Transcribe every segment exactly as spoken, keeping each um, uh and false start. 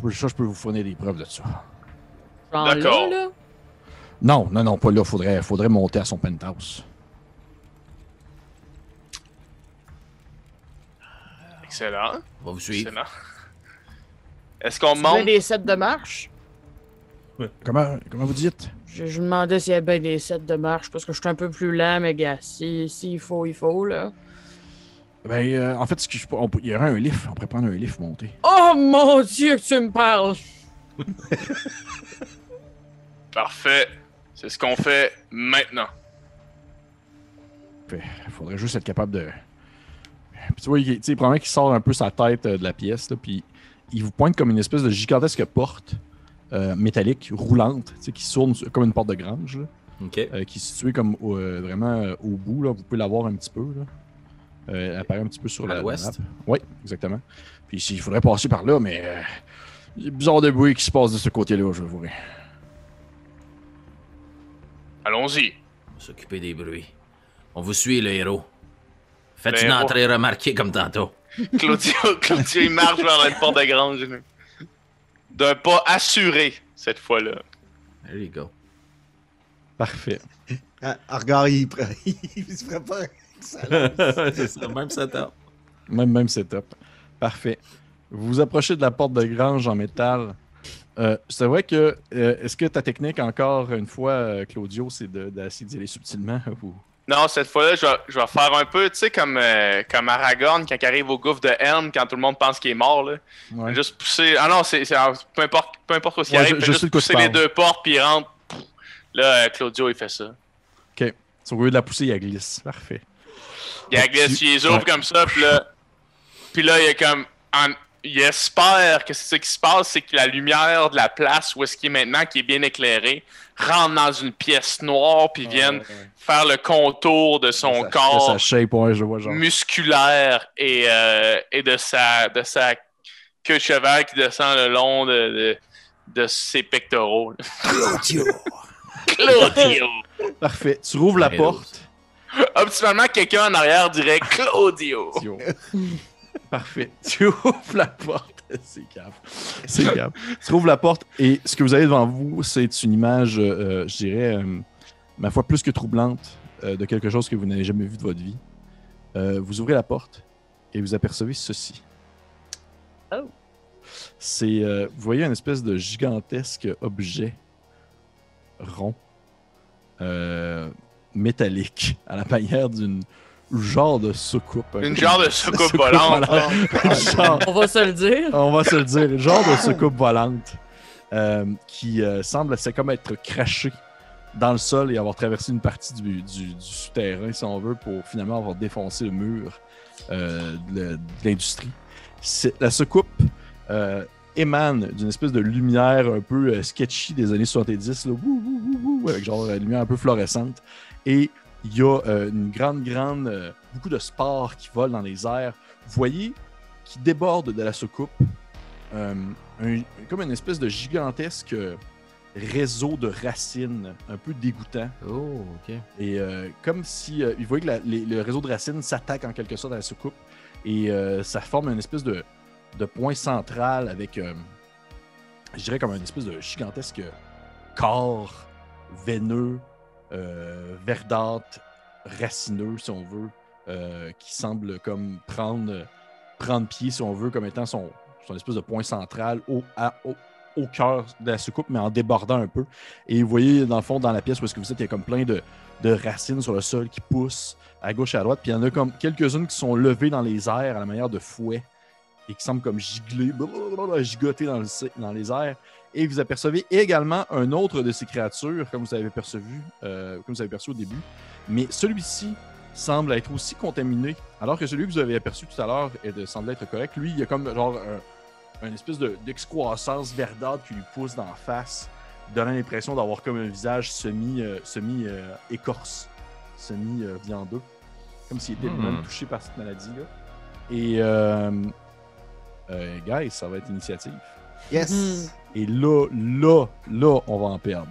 je peux, ça, je peux vous fournir des preuves de ça. Genre D'accord. là, là? Non, non, non, pas là. Faudrait, faudrait monter à son penthouse. Excellent. On va vous suivre. Excellent. Est-ce qu'on Tu veux monte? des sets de marche? Comment, comment vous dites? Je, je me demandais s'il y avait des sets de marche parce que je suis un peu plus lent, mais gars, si, si il faut, il faut, là. Ben, euh, en fait, ce que je, on, il y aurait un lift. On pourrait prendre un lift monter. Oh mon Dieu, que tu me parles! Parfait. C'est ce qu'on fait maintenant. Il faudrait juste être capable de. Puis tu vois, il, tu sais, probablement qu'il sort un peu sa tête euh, de la pièce, là, puis il vous pointe comme une espèce de gigantesque porte euh, métallique, roulante, tu sais, qui tourne comme une porte de grange, là, Ok. euh, qui est située comme au- euh, vraiment euh, au bout. Là. Vous pouvez la voir un petit peu. Là. Euh, elle apparaît un petit peu sur À la, la l'ouest? map. Oui, exactement. Puis ici, il faudrait passer par là, mais euh, il y a bizarre de bruit qui se passe de ce côté-là, je vous Allons-y. On va s'occuper des bruits. On vous suit, le héros. Faites Le une héros. entrée remarquée comme tantôt. Claudio, Claudio, il marche vers la porte de grange. D'un pas assuré, cette fois-là. There you go. Parfait. Ah, Argar, il, pre- il se prépare. C'est ça, même setup. Même, même setup. Parfait. Vous vous approchez de la porte de grange en métal. Euh, c'est vrai que. euh, est-ce que ta technique, encore une fois, euh, Claudio, c'est de- d'essayer d'y aller subtilement ou... Non, cette fois-là, je vais, je vais faire un peu, tu sais, comme, euh, comme Aragorn quand il arrive au gouffre de Helm, quand tout le monde pense qu'il est mort, là. Ouais. Juste pousser. Ah non, c'est, c'est- peu importe, peu importe où il Ouais, arrive, je- fait je sais juste de quoi tu pousser les parles. deux portes puis il rentre. Là, euh, Claudio, il fait ça. Ok. Au lieu de la pousser, il la glisse. Parfait. Il a glisse, il les ouvre Ouais. comme ça, puis là, puis là, il est comme, en- il espère que c'est ce qui se passe, c'est que la lumière de la place où est-ce qu'il est maintenant, qui est bien éclairée, rentre dans une pièce noire, puis vienne faire le contour de son Ça- corps Ça shape, ouais, je vois genre. musculaire et, euh, et de sa de sa queue de cheval qui descend le long de, de, de ses pectoraux. Claudio. Claudio! Parfait. Tu rouvres la Hey, porte. Optimalement, quelqu'un en arrière dirait Claudio. Yo. Parfait. Tu ouvres la porte. C'est grave. C'est grave. Tu ouvres la porte et ce que vous avez devant vous, c'est une image, euh, je dirais, euh, ma foi, plus que troublante euh, de quelque chose que vous n'avez jamais vu de votre vie. Euh, vous ouvrez la porte et vous apercevez ceci. Oh. C'est, euh, vous voyez un espèce de gigantesque objet rond, euh, métallique, à la manière d'une genre de soucoupe. un Une peu. genre de soucoupe volante. Genre- On va se le dire. on va se le dire, une genre de soucoupe volante euh, qui euh, semble c'est comme être crashée dans le sol et avoir traversé une partie du, du- du souterrain, si on veut, pour finalement avoir défoncé le mur euh, de, le- de l'industrie. C'est- La soucoupe euh, émane d'une espèce de lumière un peu euh, sketchy des années soixante-dix, là, wouh, wouh, wouh, wouh, avec genre une lumière un peu fluorescente. Et il y a euh, une grande, grande, euh, beaucoup de spores qui volent dans les airs. Vous voyez qui déborde de la soucoupe euh, un- comme une espèce de gigantesque euh, réseau de racines un peu dégoûtant. Oh, ok. Et euh, comme si euh, il voyait que la- les- le réseau de racines s'attaque en quelque sorte à la soucoupe et euh, ça forme une espèce de, de point central avec, euh, je dirais comme une espèce de gigantesque corps veineux, euh, verdâtre, racineux si on veut, euh, qui semble comme prendre, prendre pied si on veut comme étant son, son espèce de point central au, à- au, au cœur de la soucoupe, mais en débordant un peu. Et vous voyez, dans le fond, dans la pièce où est-ce que vous êtes, il y a comme plein de, de racines sur le sol qui poussent à gauche et à droite. Puis il y en a comme quelques-unes qui sont levées dans les airs à la manière de fouet et qui semblent comme gigler, blablabla, gigoter dans, le, dans les airs. Et vous apercevez également un autre de ces créatures, comme vous avez percevu, euh, comme vous avez perçu au début. Mais celui-ci semble être aussi contaminé, alors que celui que vous avez aperçu tout à l'heure est- semble être correct. Lui, il y a comme genre un, une espèce de- d'excroissance verdâtre qui lui pousse d'en face, donnant l'impression d'avoir comme un visage semi, euh, semi euh, écorce, semi euh, viandeux, comme s'il était Hmm. lui-même touché par cette maladie-là. Et euh, euh, guys, ça va être initiative. Yes. Hmm. Et là, là, là, on va en perdre.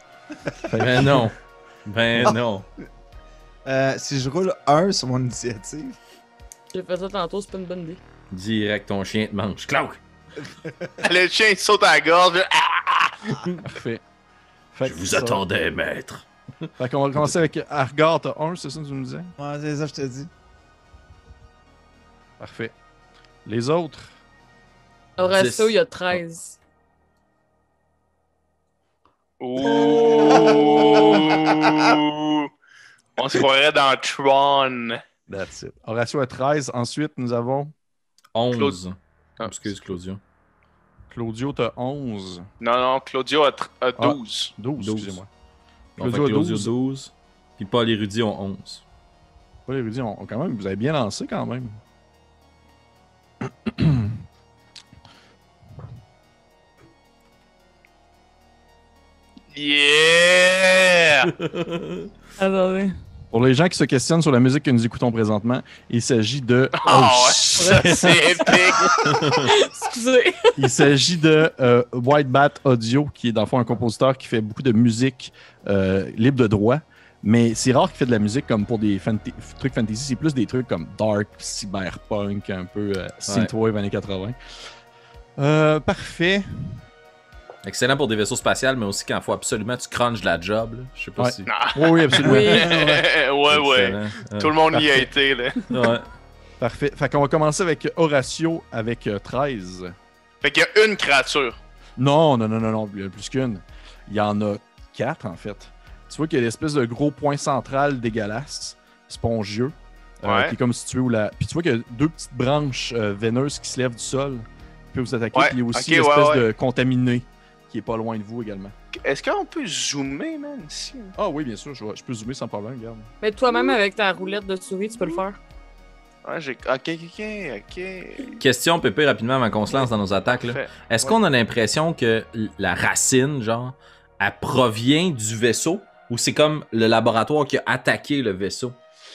Ben non. Ben Ah. non. Euh, si je roule un sur mon initiative, J'ai fait ça tantôt, c'est pas une bonne idée. Direct ton chien te mange. Cloak! Le chien, il saute à la gorge. Ah! Parfait. Fait Je que vous ça- attendais, maître. Fait qu'on va commencer avec Argar, t'as un, c'est ça que tu me disais? Ouais, c'est ça, je te dis. Parfait. Les autres? Horatio, Dix. il y a treize. Ouh! On se croirait dans Tron. That's it. Horatio a treize. Ensuite, nous avons onze. Ah. Excuse, Claudio. Claudio, t'as onze. Non, non, Claudio a, tr- a Ah. douze. douze, douze. excusez-moi. Donc, Claudio a Claudio, douze. douze. Puis Paul Érudit ont onze. Pas les érudits, on, on- quand même, vous avez bien lancé quand même. Yeah! Attendez. Pour les gens qui se questionnent sur la musique que nous écoutons présentement, il s'agit de. Oh, ouais. shit. C'est épique! Excusez. Il s'agit de euh, White Bat Audio, qui est dans le fond un compositeur qui fait beaucoup de musique euh, libre de droit. Mais c'est rare qu'il fait de la musique comme pour des fanta- trucs fantasy. C'est plus des trucs comme dark, cyberpunk, un peu euh, synthwave années quatre-vingts. Euh, parfait. Excellent pour des vaisseaux spatials, mais aussi quand il faut absolument tu crunches la job. Là. Je sais pas Ouais. si. Non. Oui, oui, absolument. Oui. ouais, ouais. Excellent. Ouais. Tout le monde y a été, là. Ouais. Parfait. Fait qu'on va commencer avec Horatio avec euh, treize. Fait qu'il y a une créature. Non, non, non, non, non, il y en a plus qu'une. Il y en a quatre, en fait. Tu vois qu'il y a l'espèce de gros point central dégueulasse, spongieux, euh, Ouais. qui est comme situé où la... Puis tu vois qu'il y a deux petites branches euh, veineuses qui se lèvent du sol, qui peuvent vous attaquer. Ouais, Puis il y a aussi ok, l'espèce ouais, ouais. de contaminé, qui est pas loin de vous également. Est-ce qu'on peut zoomer, man, ici? Ah oui, bien sûr, je, vais- je peux zoomer sans problème, regarde. Mais toi-même, avec ta roulette de souris, tu peux le faire. Ouais, j'ai... Ok, ok, ok. Question, Pépé, rapidement avant qu'on se lance dans nos attaques. là. Parfait. Est-ce Ouais. qu'on a l'impression que l- la racine, genre, elle provient du vaisseau ou c'est comme le laboratoire qui a attaqué le vaisseau?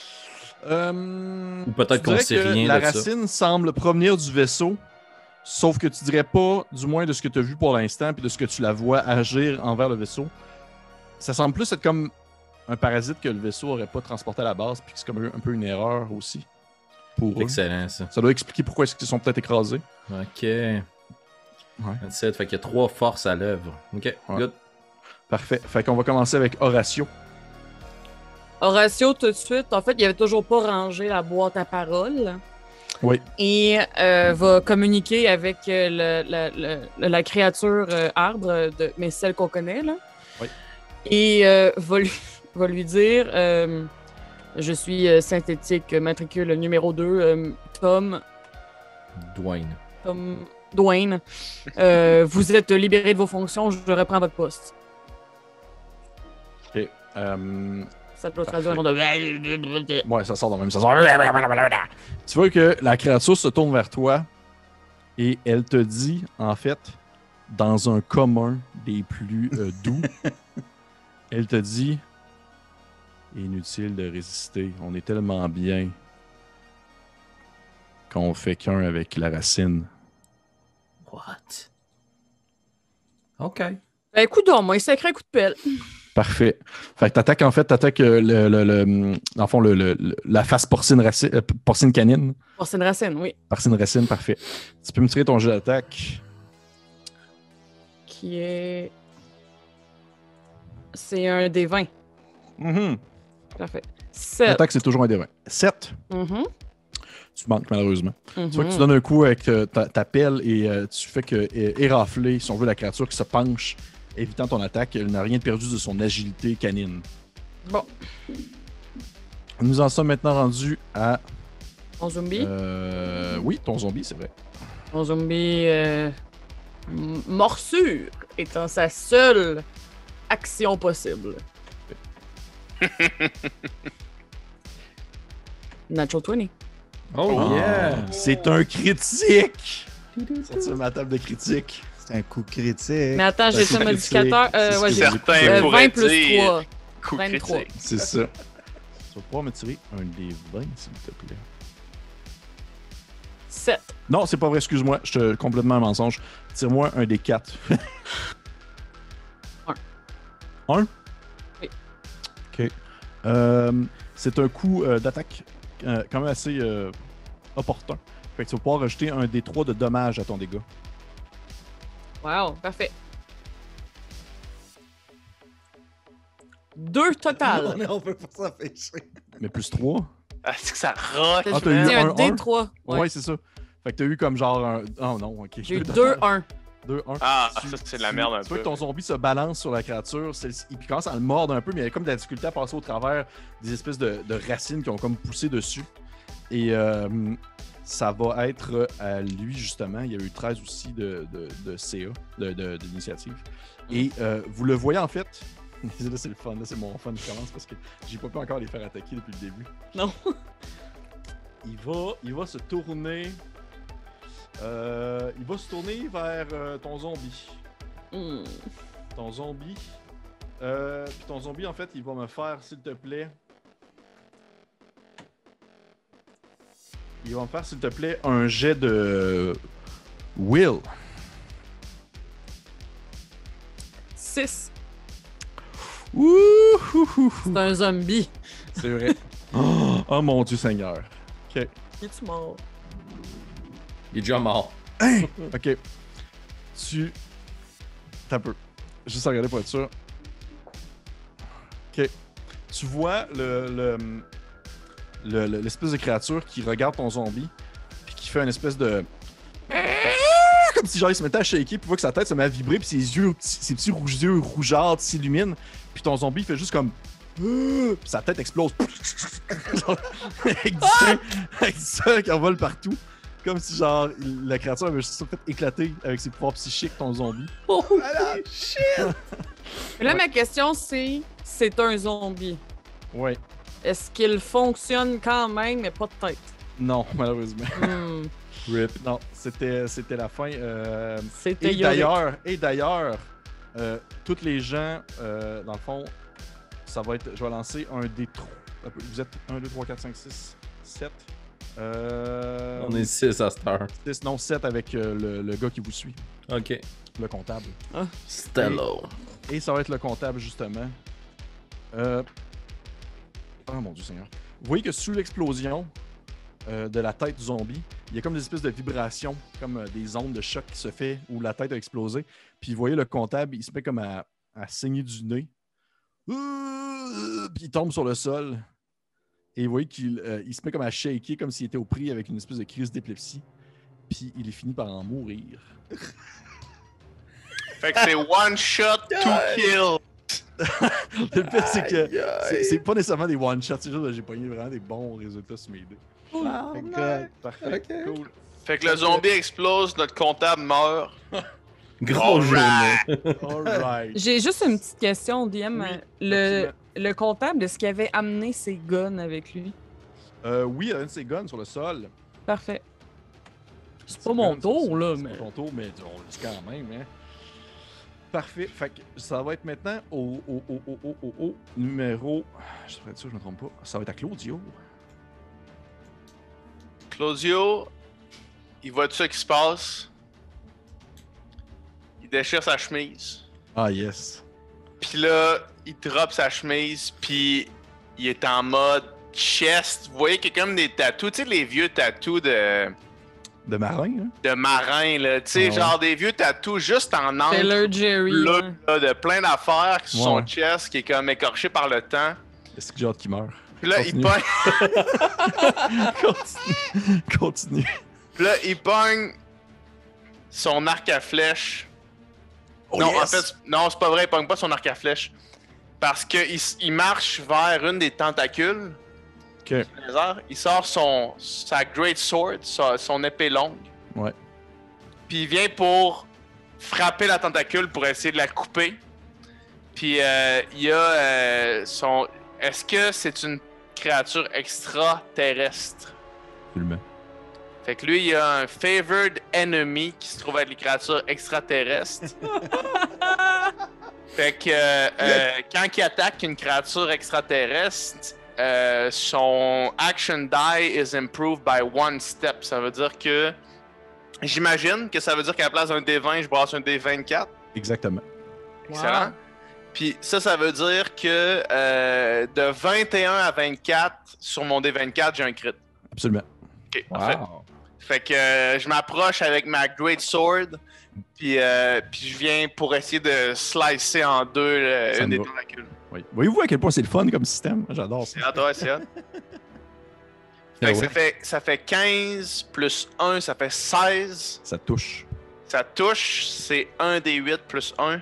Euh, Ou peut-être tu qu'on dirais sait que rien la de ça. racine semble provenir du vaisseau, sauf que tu dirais pas, du moins de ce que tu as vu pour l'instant, puis de ce que tu la vois agir envers le vaisseau. Ça semble plus être comme un parasite que le vaisseau aurait pas transporté à la base, puis que c'est comme un peu une erreur aussi. Pour eux. Excellent, ça. Ça doit expliquer pourquoi est-ce qu'ils sont peut-être écrasés. Ok. vingt-sept, fait qu'il y a trois forces à l'œuvre. Ok, Ouais. good. Parfait. Fait qu'on va commencer avec Horatio. Horatio, tout de suite, en fait, il avait toujours pas rangé la boîte à paroles. Oui. Et euh, va communiquer avec euh, le- la- la- la créature euh, arbre, de, mais celle qu'on connaît, là. Oui. Et euh, va, lui, va lui dire euh, je suis euh, synthétique, matricule numéro deux, euh, Tom, Dwayne. Tom Dwayne. Euh, vous êtes libéré de vos fonctions, je reprends votre poste. Ok. Euh, Ça peut traduire un genre de. Ouais, ça sort dans le même sens. Tu vois que la créature se tourne vers toi et elle te dit, en fait, dans un commun des plus euh, doux, elle te dit inutile de résister, on est tellement bien qu'on fait qu'un avec la racine. What? Ok. Ben, écoute, donc, moi, il sacré un coup de pelle. Parfait. Fait que t'attaques, en fait, t'attaques euh, le, le, le, dans le fond, le, le- le- la face porcine, racine, euh, porcine canine. Oh, c'est une racine, oui. Porcine racine, parfait. Tu peux me tirer ton jeu d'attaque. Qui est. C'est un des vingt. Mhm. Parfait. sept. L'attaque, c'est toujours un des vingt. sept. Mhm. Tu manques, malheureusement. Mhm. Tu vois que tu donnes un coup avec euh, ta, ta pelle et euh, tu fais que euh, érafler, si on veut, la créature qui se penche, évitant ton attaque. Elle n'a rien perdu de son agilité canine. Bon. Nous en sommes maintenant rendus à. Mon zombie. Euh, oui, ton zombie, c'est vrai. Mon zombie. Euh... m- Morsure étant sa seule action possible. Natural vingt. Oh, Ah, yeah! C'est un critique! Sortir ma table de critique. C'est un coup critique. Mais attends, j'ai C'est un modificateur. c'est Euh, ce ouais, que j'ai Certains euh, pourraient vingt plus dire trois. coup vingt-trois. critique. C'est ça. Tu vas pouvoir me tirer un des vingt, s'il te plaît. sept. Non, c'est pas vrai, excuse-moi. Je te complètement un mensonge. Tire-moi un des quatre. Un. Un? Oui. Ok. Euh, c'est un coup euh, d'attaque euh, quand même assez euh, opportun. Fait que tu vas pouvoir rajouter un des trois de dommages à ton dégât. Wow, parfait. Deux total. Non, on peut pas s'empêcher. Mais plus trois. Ah, c'est que ça roche, Ah, t'as man. eu C'est un un, D trois. Ouais, Ouais. c'est ça. Fait que t'as eu comme genre un. Oh non, ok. J'ai eu deux un. deux un. Ah, ça, c'est de la merde un Tu vois peu. que ton zombie se balance sur la créature, celle-ci- il commence à le mordre un peu, mais il y a comme de la difficulté à passer au travers des espèces de, de racines qui ont comme poussé dessus. Et euh, ça va être à lui, justement. Il y a eu treize aussi de, de, de C A, de, de- d'initiative. Et euh, vous le voyez en fait. Là, c'est le fun. Là, c'est mon fun qui commence parce que j'ai pas pu encore les faire attaquer depuis le début. Non. Il va, il va se tourner. Euh, il va se tourner vers euh, ton zombie. Hmm. Ton zombie. Euh, puis ton zombie, en fait, il va me faire, s'il te plaît. Il va me faire, s'il te plaît, un jet de. Will. six. Ouh! hou, hou, hou. C'est un zombie. C'est vrai. oh, oh mon Dieu Seigneur. Ok. Es-tu mort? Il est déjà mort. Ok. Tu. T'as un peu. Juste à regarder pour être sûr. Ok. Tu vois le. le, le- le- l'espèce de créature qui regarde ton zombie, puis qui fait une espèce de. Comme si genre il se mettait à shaker, puis tu vois que sa tête se met à vibrer, puis ses yeux, ses petits rouges yeux rougeâtres s'illuminent, puis ton zombie fait juste comme. Puis sa tête explose. Genre, avec du sang, avec du sang qui envole partout. Comme si genre la créature avait juste fait éclater avec ses pouvoirs psychiques ton zombie. Oh, Voilà. Mais là, Ouais. ma question, c'est c'est un zombie. Ouais. Est-ce qu'il fonctionne quand même, mais pas de tête? Non, malheureusement. Hmm. Rip. Non, c'était, c'était la fin. euh, C'était Et Yorick. d'ailleurs, et d'ailleurs, euh, toutes les gens, euh, dans le fond, ça va être. Je vais lancer un des trois. Vous êtes un, deux, trois, quatre, cinq, six, sept. Euh, On est six à cette heure. six, non, sept avec euh, le, le gars qui vous suit, Ok. le comptable. Stello. Et ça va être le comptable, justement. Euh... Oh mon Dieu Seigneur. Vous voyez que sous l'explosion euh, de la tête du zombie, il y a comme des espèces de vibrations, comme euh, des ondes de choc qui se fait où la tête a explosé. Puis vous voyez le comptable, il se met comme à, à saigner du nez. Euh, Puis il tombe sur le sol. Et vous voyez qu'il euh, il se met comme à shaker, comme s'il était au pris avec une espèce de crise d'épilepsie. Puis il est fini par en mourir. Fait que c'est one shot, two kill. Le pire, c'est que Aïe, aïe. c'est, c'est pas nécessairement des one-shots, c'est juste que j'ai pogné vraiment des bons résultats sur mes dés. Oh, God. Parfait, Ok. cool. Fait que le zombie explose, notre comptable meurt. Grosse journée. Alright. Alright. J'ai juste une petite question, D M. Oui, le, absolument. le comptable, est-ce qu'il avait amené ses guns avec lui? Euh, oui, il y a un de ses guns sur le sol. Parfait. C'est Ses pas mon guns, tour, c'est- là, c'est mais. pas ton tour, mais on le dit quand même, hein. Parfait. Fait que ça va être maintenant au, au, au, au, au, au, au numéro. Je devrais être sûr, je me trompe pas. Ça va être à Claudio. Claudio, il voit tout ce qui se passe. Il déchire sa chemise. Ah, yes. Puis là, il drop sa chemise, puis il est en mode chest. Vous voyez qu'il y a comme des tatous, tu sais, les vieux tatous de, De marin, hein? de marin, là. Tu sais, Ah ouais. genre des vieux tatous juste en angle. Taylor Jerry. Bleu, ouais. là, de plein d'affaires sur Ouais, son ouais. chest qui est comme écorché par le temps. Est-ce que j'ai hâte qu'il meure? Puis là, Continue. il pogne, Continue. Continue. puis là, il pogne son arc à flèche. Oh, non, yes! en fait, non, c'est pas vrai, il pogne pas son arc à flèche. Parce qu'il il marche vers une des tentacules. Ok. Les airs. Il sort son, sa Great Sword, sa- son épée longue. Ouais. Puis il vient pour frapper la tentacule pour essayer de la couper. Puis euh, il y a euh, son. Est-ce que c'est une créature extraterrestre? Absolument. Fait que lui, il y a un favored enemy qui se trouve être les créatures extraterrestres. Fait que euh, euh, quand il attaque une créature extraterrestre, euh, son action die is improved by one step. Ça veut dire que. J'imagine que ça veut dire qu'à la place d'un D vingt, je brasse un D vingt-quatre. Exactement. Excellent. Puis ça, ça veut dire que euh, de vingt et un à vingt-quatre, sur mon D vingt-quatre, j'ai un crit. Absolument. Ok, parfait. Wow. Fait que euh, je m'approche avec ma Great Sword, puis, euh, puis je viens pour essayer de slicer en deux euh, Ça une me des va. tentacules. Oui. Voyez-vous à quel point c'est le fun comme système? J'adore ça. C'est hot, ouais, c'est hot. Ah Fait que ouais. ça, fait, ça fait quinze plus un, ça fait seize. Ça touche. Ça touche, c'est un des huit plus un.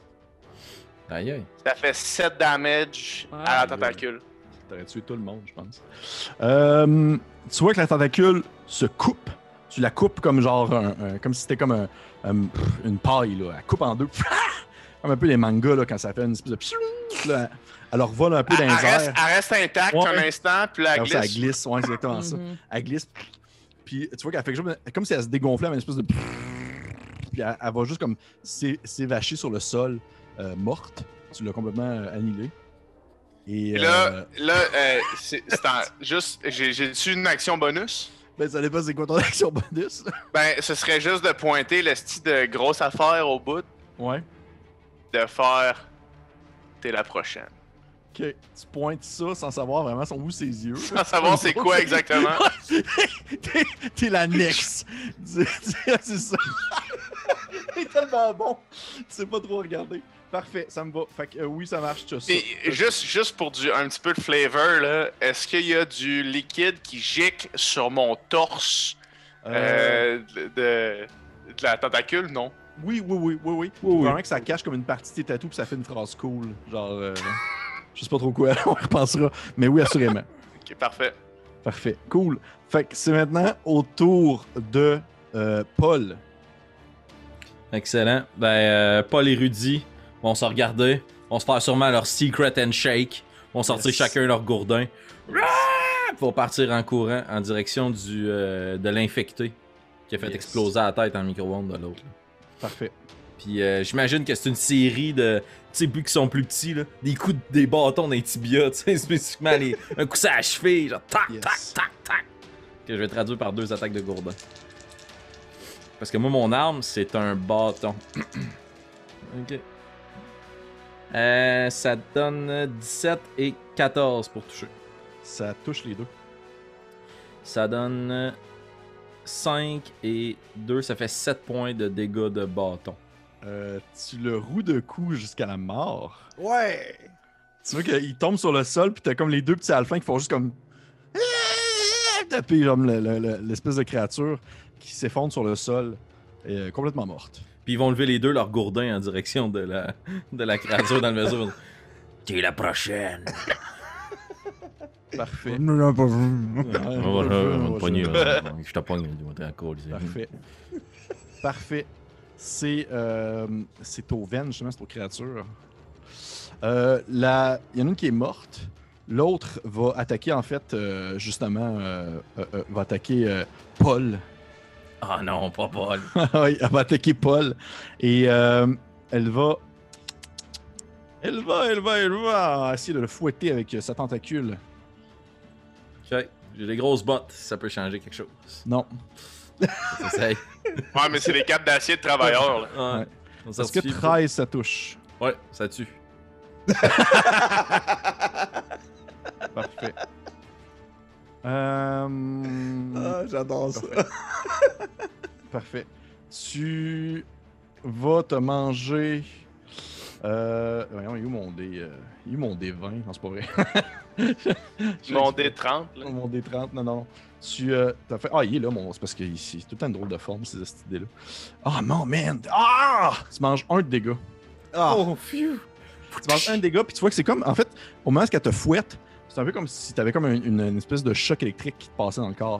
Aïe, aïe. Ça fait sept damage à Ah, la tentacule. T'aurais tué tout le monde, je pense. Euh, tu vois que la tentacule se coupe. Tu la coupes comme genre un, un- comme si c'était comme un, un- pff, une paille, là. Elle coupe en deux. Comme un peu les mangas, là, quand ça fait une espèce de... pshhou, là, elle leur vole un peu dans Elle, les elle reste, airs. elle reste intacte Ouais. un instant, puis là, elle Alors, ça, glisse. elle glisse, ouais, c'est exactement ça. Mhm. Elle glisse. Puis tu vois qu'elle fait quelque chose, comme si elle se dégonflait avec une espèce de... Puis elle, elle va juste comme s'é- s'évacher sur le sol, euh, morte. Tu l'as complètement euh, annihilée. Et Puis là, euh, là euh, c'est c'est en- juste, j'ai- j'ai-tu une action bonus? ben, ça dépend c'est quoi ton action bonus. là. Ben, ce serait juste de pointer le style de grosse affaire au bout, Ouais. de faire t'es la prochaine. Ok. Tu pointes ça sans savoir vraiment sont où ses yeux. Sans savoir c'est quoi exactement. T'es t'es l'annexe. C'est c'est ça. T'es tellement bon. Tu sais pas trop regarder. Parfait, ça me va. Fait que euh, oui, ça marche, tu as ça. Et juste, juste pour du, un petit peu de flavor, là, est-ce qu'il y a du liquide qui gicle sur mon torse Euh, euh, de, de, de la tentacule? Non. Oui, oui, oui, oui, oui. oui. Vraiment que ça cache comme une partie de tes tatous puis ça fait une phrase cool. Genre, euh, je sais pas trop quoi, on y repensera. Mais oui, assurément. Ok, parfait. Parfait, cool. Fait que c'est maintenant au tour de euh, Paul. Excellent. Ben, euh, Paul et Rudy vont se regarder, vont se faire sûrement leur secret handshake, vont sortir Yes. chacun leur gourdin, vont partir en courant en direction du euh, de l'infecté qui a fait Yes. exploser la tête en micro-ondes de l'autre. là. Parfait. Puis euh, j'imagine que c'est une série de, tu sais, plus qui sont plus petits, là, des coups, de, des bâtons d'un tibia, tu sais, spécifiquement les, un coup ça à la cheville, genre tac, Yes. tac, tac, tac, que je vais traduire par deux attaques de gourdin. Parce que moi, mon arme, c'est un bâton. Ok. Euh, ça donne dix-sept et quatorze pour toucher. Ça touche les deux. Ça donne cinq et deux, ça fait sept points de dégâts de bâton. Euh, tu le roues de coups jusqu'à la mort. Ouais! Tu vois qu'il tombe sur le sol, puis t'as comme les deux petits alphins qui font juste comme. Taper comme le- le- le- l'espèce de créature qui s'effondre sur le sol, et, euh, complètement morte. Puis ils vont lever les deux leurs gourdins en direction de la, de la créature dans le vaisseau. T'es la prochaine. Parfait. On l'a pas vu. Ouais, On va je- on va je- pogner, euh, je te pogne, tu vas te raccoler, c'est- Parfait. Parfait. C'est euh, c'est au veine, justement, c'est aux créatures. Euh, la- Il y en a une qui est morte. L'autre va attaquer, en fait, euh, justement, euh, euh, euh, va attaquer euh, Paul. Ah non, pas Paul. Oui, elle va attaquer Paul. Et euh, elle va. Elle va, elle va, elle va essayer de le fouetter avec euh, sa tentacule. Ok, j'ai des grosses bottes, ça peut changer quelque chose. Non. Essaye. Ouais, mais c'est les capes d'acier de travailleurs, là. Ouais. Ouais. On Est-ce que certifie. treize, ça touche? Ouais, ça tue. Parfait. Euh... Ah, j'adore ça. Parfait. Tu vas te manger. Euh... Voyons, il est où mon dé euh, Il est où mon dé vingt? Non, c'est pas vrai. Mon D trente, là. Mon dé trente, non, non. Tu euh, as fait. Ah, il est là, mon. C'est parce que ici, c'est tout le temps une drôle de forme, ces cette idée-là. Ah, non, man! Ah! Tu manges un de dégâts. Ah, Oh, phew! Tu manges un de dégâts, puis tu vois que c'est comme. En fait, au moment où elle te fouette, c'est un peu comme si t'avais comme un- une, une espèce de choc électrique qui te passait dans le corps.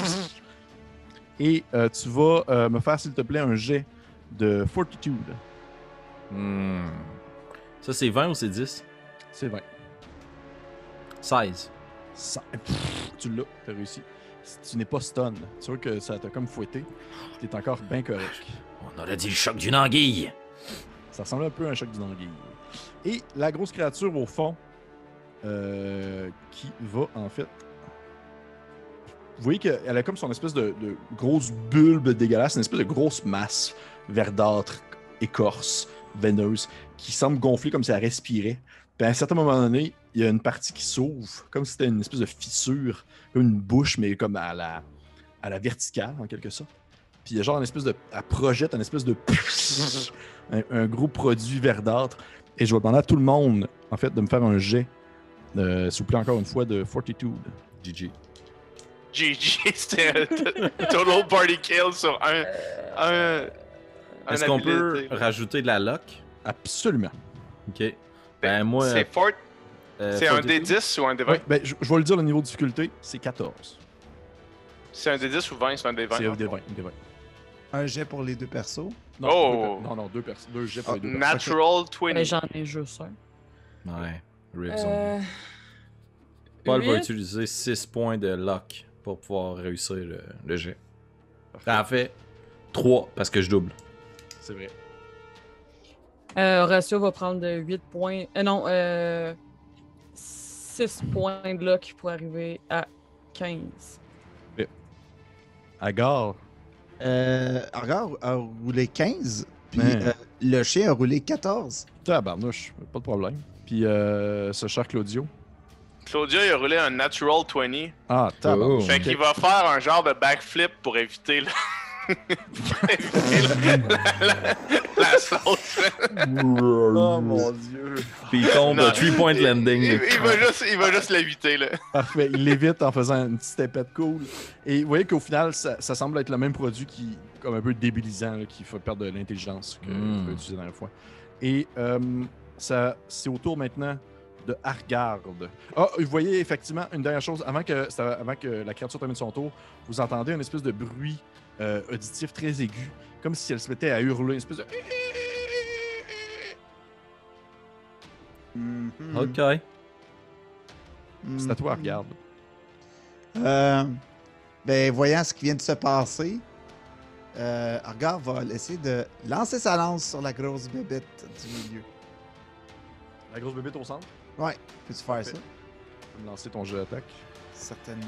Et euh, tu vas euh, me faire, s'il te plaît, un jet de fortitude. Hmm. Ça, c'est vingt ou c'est dix? C'est vingt. seize. Ça- Pff, tu l'as, t'as réussi. Tu n'es pas stun. Tu vois que ça t'a comme fouetté. T'es encore bien correct. On aurait dit le choc d'une anguille. Ça ressemble un peu à un choc d'une anguille. Et la grosse créature au fond, euh, qui va en fait. Vous voyez qu'elle a comme son espèce de, de grosse bulbe dégueulasse, une espèce de grosse masse verdâtre, écorce, veineuse, qui semble gonfler comme si elle respirait. Puis à un certain moment donné, il y a une partie qui s'ouvre, comme si c'était une espèce de fissure, comme une bouche, mais comme à la, à la verticale, en quelque sorte. Puis il y a genre une espèce de... Elle projette un espèce de... un, un gros produit verdâtre. Et je vais demander à tout le monde, en fait, de me faire un jet, euh, s'il vous plaît, encore une fois, de Fortitude. G G. G G, c'était un total party kill sur un... un, un Est-ce qu'on peut habilité. rajouter de la luck? Absolument. Ok. Ben moi... C'est fort. euh, C'est un Fortitude. D dix ou un D vingt? Ouais, ben, je, je vais le dire, le niveau de difficulté, c'est quatorze. C'est un D dix ou vingt, c'est un D vingt? C'est un D vingt. D vingt. Un jet pour les deux persos. Non, Oh! deux per- non, non, deux, pers- deux jets pour les deux personnes. Natural Mais vingt. j'en ai juste un. Ouais. Rip Euh... zombie. Paul va huit. utiliser six points de luck pour pouvoir réussir le, le jet. En fait, trois parce que je double. C'est vrai. Euh, Horatio va prendre de huit points. Euh, non, euh... six points de luck pour arriver à quinze. Agar, Euh, Argar a roulé quinze, puis Man. euh, le chien a roulé quatorze. tabarnouche, pas de problème. Puis euh, ce cher Claudio. Claudia, il a roulé un Natural vingt. Ah, tabarnouche. Oh. Fait qu'il va faire un genre de backflip pour éviter le... pour éviter le- la, la, la sauce. Oh mon dieu. Puis il tombe Non, à three point il- landing. Il, il va juste, il va juste l'éviter, là. Parfait. Il l'évite en faisant une petite épette cool. Et vous voyez qu'au final, ça, ça semble être le même produit qui, comme un peu débilisant, là, qui fait perdre de l'intelligence que Mm. tu as utilisé la dernière fois. Et euh, ça, c'est au tour maintenant de Argarde. Ah, vous voyez effectivement une dernière chose, avant que, ça- avant que la créature termine son tour, vous entendez une espèce de bruit euh, auditif très aigu, comme si elle se mettait à hurler, une espèce de... Mhm. Ok. C'est à toi, Mhm. Argarde. Euh, ben, voyant ce qui vient de se passer, euh, Argar va essayer de lancer sa lance sur la grosse bébête du milieu. La grosse bébête au centre, Ouais, peux-tu faire Parfait. ça? tu peux me lancer ton jeu d'attaque. Certainement.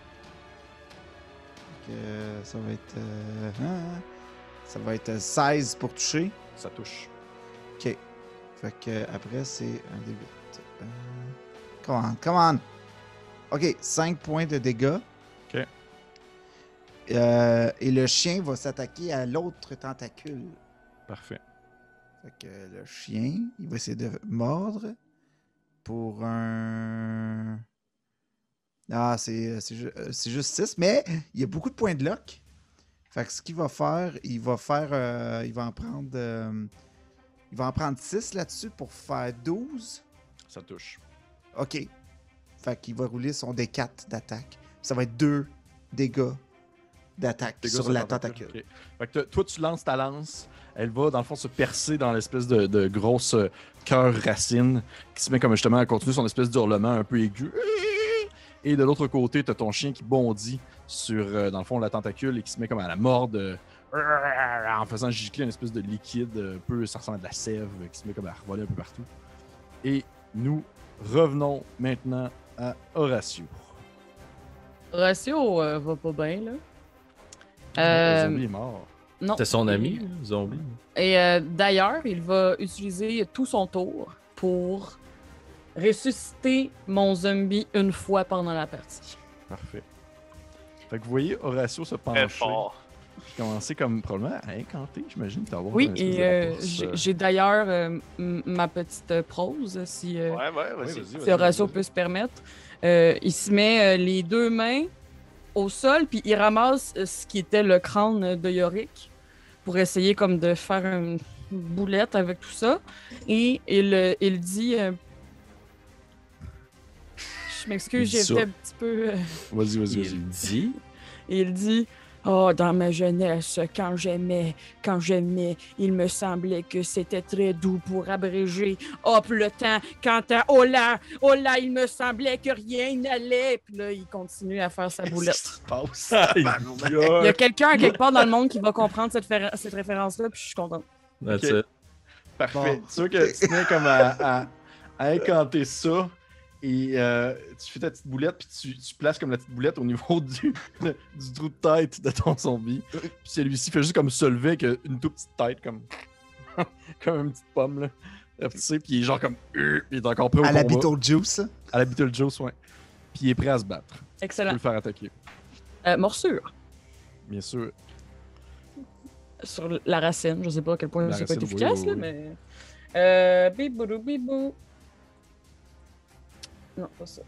Donc, euh, ça va être. euh, hein, ça va être seize pour toucher. Ça touche. Ok. Fait que après, c'est un D huit. Euh, come on, come on! Ok, cinq points de dégâts. Ok. Euh, et le chien va s'attaquer à l'autre tentacule. Parfait. Fait que le chien, il va essayer de mordre pour un. Ah, c'est c'est ju- euh, c'est juste six, mais il y a beaucoup de points de luck. Fait que ce qu'il va faire, il va faire. euh, il va en prendre. euh, il va en prendre six là-dessus pour faire douze. Ça touche. Ok. Fait qu'il va rouler son D quatre d'attaque. Ça va être deux dégâts d'attaque Dégâts sur sur la tentacule. tentacule. Ok. Fait que toi- toi, tu lances ta lance. Elle va, dans le fond, se percer dans l'espèce de, de grosse euh, cœur racine qui se met comme justement à continuer son espèce d'hurlement un peu aigu. Et de l'autre côté, tu as ton chien qui bondit sur, euh, dans le fond, la tentacule et qui se met comme à la morde euh, en faisant gicler une espèce de liquide un peu, ça ressemble à de la sève euh, qui se met comme à revoler un peu partout. Et nous revenons maintenant à Horatio. Horatio euh, va pas bien, là. Le Euh, zombie est mort. non. C'était son ami, le zombie. Et euh, d'ailleurs, il va utiliser tout son tour pour ressusciter mon zombie une fois pendant la partie. Parfait. Fait que vous voyez Horatio se Très pencher. fort. Puis commencer comme probablement à incanter, j'imagine, t'avoir Oui, une espèce et de euh, réponse, j'ai euh, j'ai d'ailleurs euh, m- ma petite euh, prose, si, euh, Ouais, ouais, ouais, vas-y. vas-y, si vas-y, Horatio vas-y. peut se permettre. Euh, il se met euh, les deux mains au sol, puis il ramasse euh, ce qui était le crâne de Yorick pour essayer comme de faire une boulette avec tout ça. Et il, euh, il dit... euh, Je m'excuse, Il dit j'ai ça. été un petit peu... euh, Vas-y, vas-y, vas-y. Il dit. Et il dit Oh, dans ma jeunesse, quand j'aimais, quand j'aimais, il me semblait que c'était très doux pour abréger. Hop, le temps, quand à oh là, oh là, il me semblait que rien n'allait. Puis là, il continue à faire sa boulette. Qu'est-ce qui se passe? Il y a quelqu'un à quelque part dans le monde qui va comprendre cette, féra- cette référence-là, puis je suis content. That's Ok. it. Parfait. Bon. C'est sûr que tu tenais comme à, à, à incanter ça et euh, tu fais ta petite boulette puis tu, tu places comme la petite boulette au niveau du, du trou de tête de ton zombie. Puis celui-ci fait juste comme se lever avec une toute petite tête comme comme une petite pomme là. Tu sais, puis il est genre comme euh, il est encore prêt au À la combat. Beetlejuice. À la Beetlejuice, ouais. Puis il est prêt à se battre. Tu peux Excellent. le faire attaquer. Euh, morsure. Bien sûr. Sur la racine. Je sais pas à quel point La ça peut être racine, oui, efficace, oui, là, oui. mais. Euh. Biboudou bibou. Non, pas ça.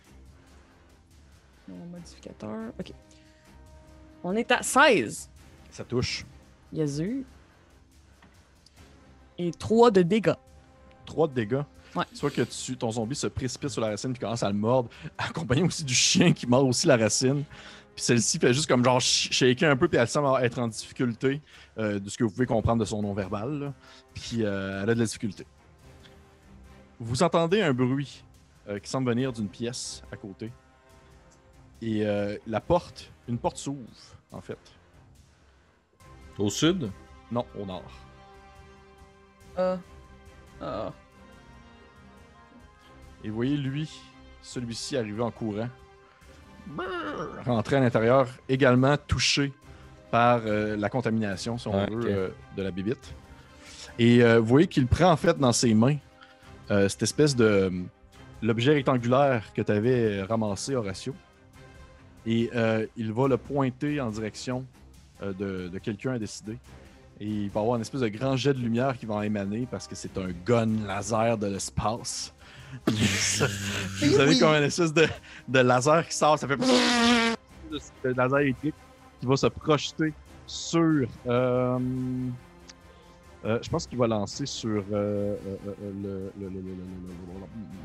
Mon modificateur. Ok. On est à seize. Ça touche. Yazu. Et trois de dégâts. trois de dégâts. Ouais. Soit que tu, ton zombie se précipite sur la racine puis commence à le mordre, accompagné aussi du chien qui mord aussi la racine. Puis celle-ci fait juste comme genre sh- shaker un peu, puis elle semble être en difficulté, euh, de ce que vous pouvez comprendre de son nom verbal. Là. Puis euh, elle a de la difficulté. Vous entendez un bruit euh, qui semble venir d'une pièce à côté. Et euh, la porte, une porte s'ouvre, en fait. Au sud? Non, au nord. Ah. Ah. Et vous voyez lui, celui-ci arriver en courant, rentrer à l'intérieur, également touché par euh, la contamination, si on Ah, veut, ok. euh, de la bébite. Et euh, vous voyez qu'il prend en fait dans ses mains euh, cette espèce de euh, l'objet rectangulaire que tu avais ramassé, Horatio. Et euh, il va le pointer en direction euh, de, de quelqu'un à décider. Et il va avoir une espèce de grand jet de lumière qui va en émaner parce que c'est un gun laser de l'espace. Vous avez oui. comme une espèce de, de laser qui sort, ça fait de laser électrique qui va se projeter sur. Euh, euh, je pense qu'il va lancer sur euh, euh, euh, le, le, le, le, le, le-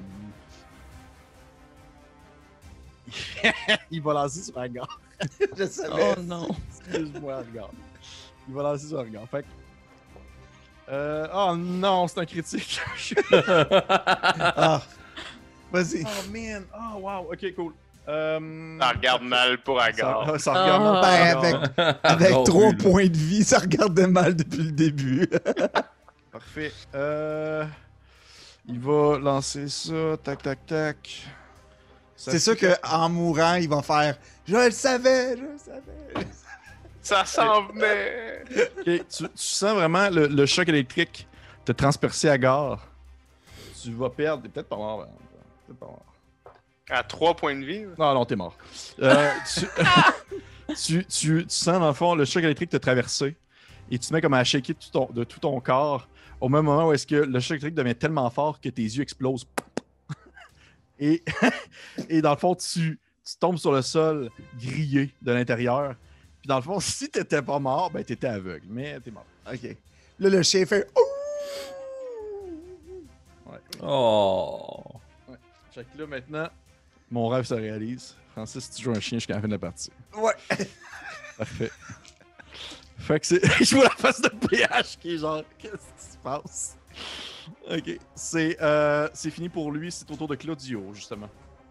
le- le- Il va lancer sur un gars. Je savais. Oh non. Excuse-moi, regarde. Il va lancer sur un gars. Fait que- Euh, oh non, c'est un critique. Ah. Vas-y. Oh man, oh wow, ok cool. Euh, Ça regarde mal pour Agar. Ça, ça regarde Ah. mal. Ben, pour Agar. avec, avec Drôle, trois là. points de vie, ça regardait mal depuis le début. Parfait. Euh, il va lancer ça, tac tac tac. Ça C'est sûr fait- qu'en mourant, ils vont faire « Je le savais, je le savais. Ça s'en venait. Ok, tu, tu sens vraiment le, le choc électrique te transpercer à gare. Tu vas perdre, t'es peut-être pas mort. hein. Peut-être pas mort. À trois points de vie. là. Non, non, t'es mort. Euh, tu, tu, tu, tu sens dans le fond le choc électrique te traverser et tu te mets comme à shaker de tout ton, de tout ton corps au même moment où est-ce que le choc électrique devient tellement fort que tes yeux explosent. et, et dans le fond, tu, tu tombes sur le sol grillé de l'intérieur. Puis dans le fond, si t'étais pas mort, ben t'étais aveugle, mais t'es mort. » OK. Là, le chien fait « Ouh! Ouais. Oh. Fait que là, maintenant, mon rêve se réalise. Francis, tu joues un chien jusqu'à la fin de la partie. » Ouais. Parfait. Fait que c'est. Je vois la face de P H qui est genre, qu'est-ce qui se passe? Ok. C'est euh, c'est fini pour lui, c'est au tour de Claudio, justement.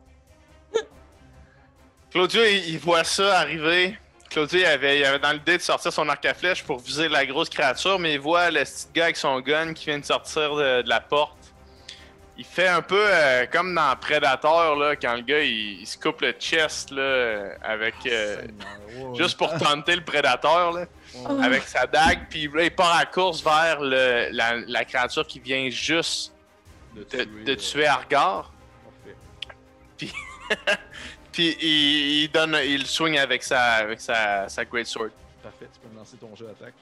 Claudio, il, il voit ça arriver. Claudio, il avait, il avait dans l'idée de sortir son arc à flèche pour viser la grosse créature, mais il voit le petit gars avec son gun qui vient de sortir de, de la porte. Il fait un peu euh, comme dans Predator, là, quand le gars il, il se coupe le chest là, euh, avec. euh, juste pour tenter le Predator, là, avec sa dague, puis là, il part à la course vers le, la, la créature qui vient juste de, de tuer Argar. Puis il, il donne, il swing avec sa, avec sa, sa Great Sword. Parfait, tu peux me lancer ton jeu d'attaque.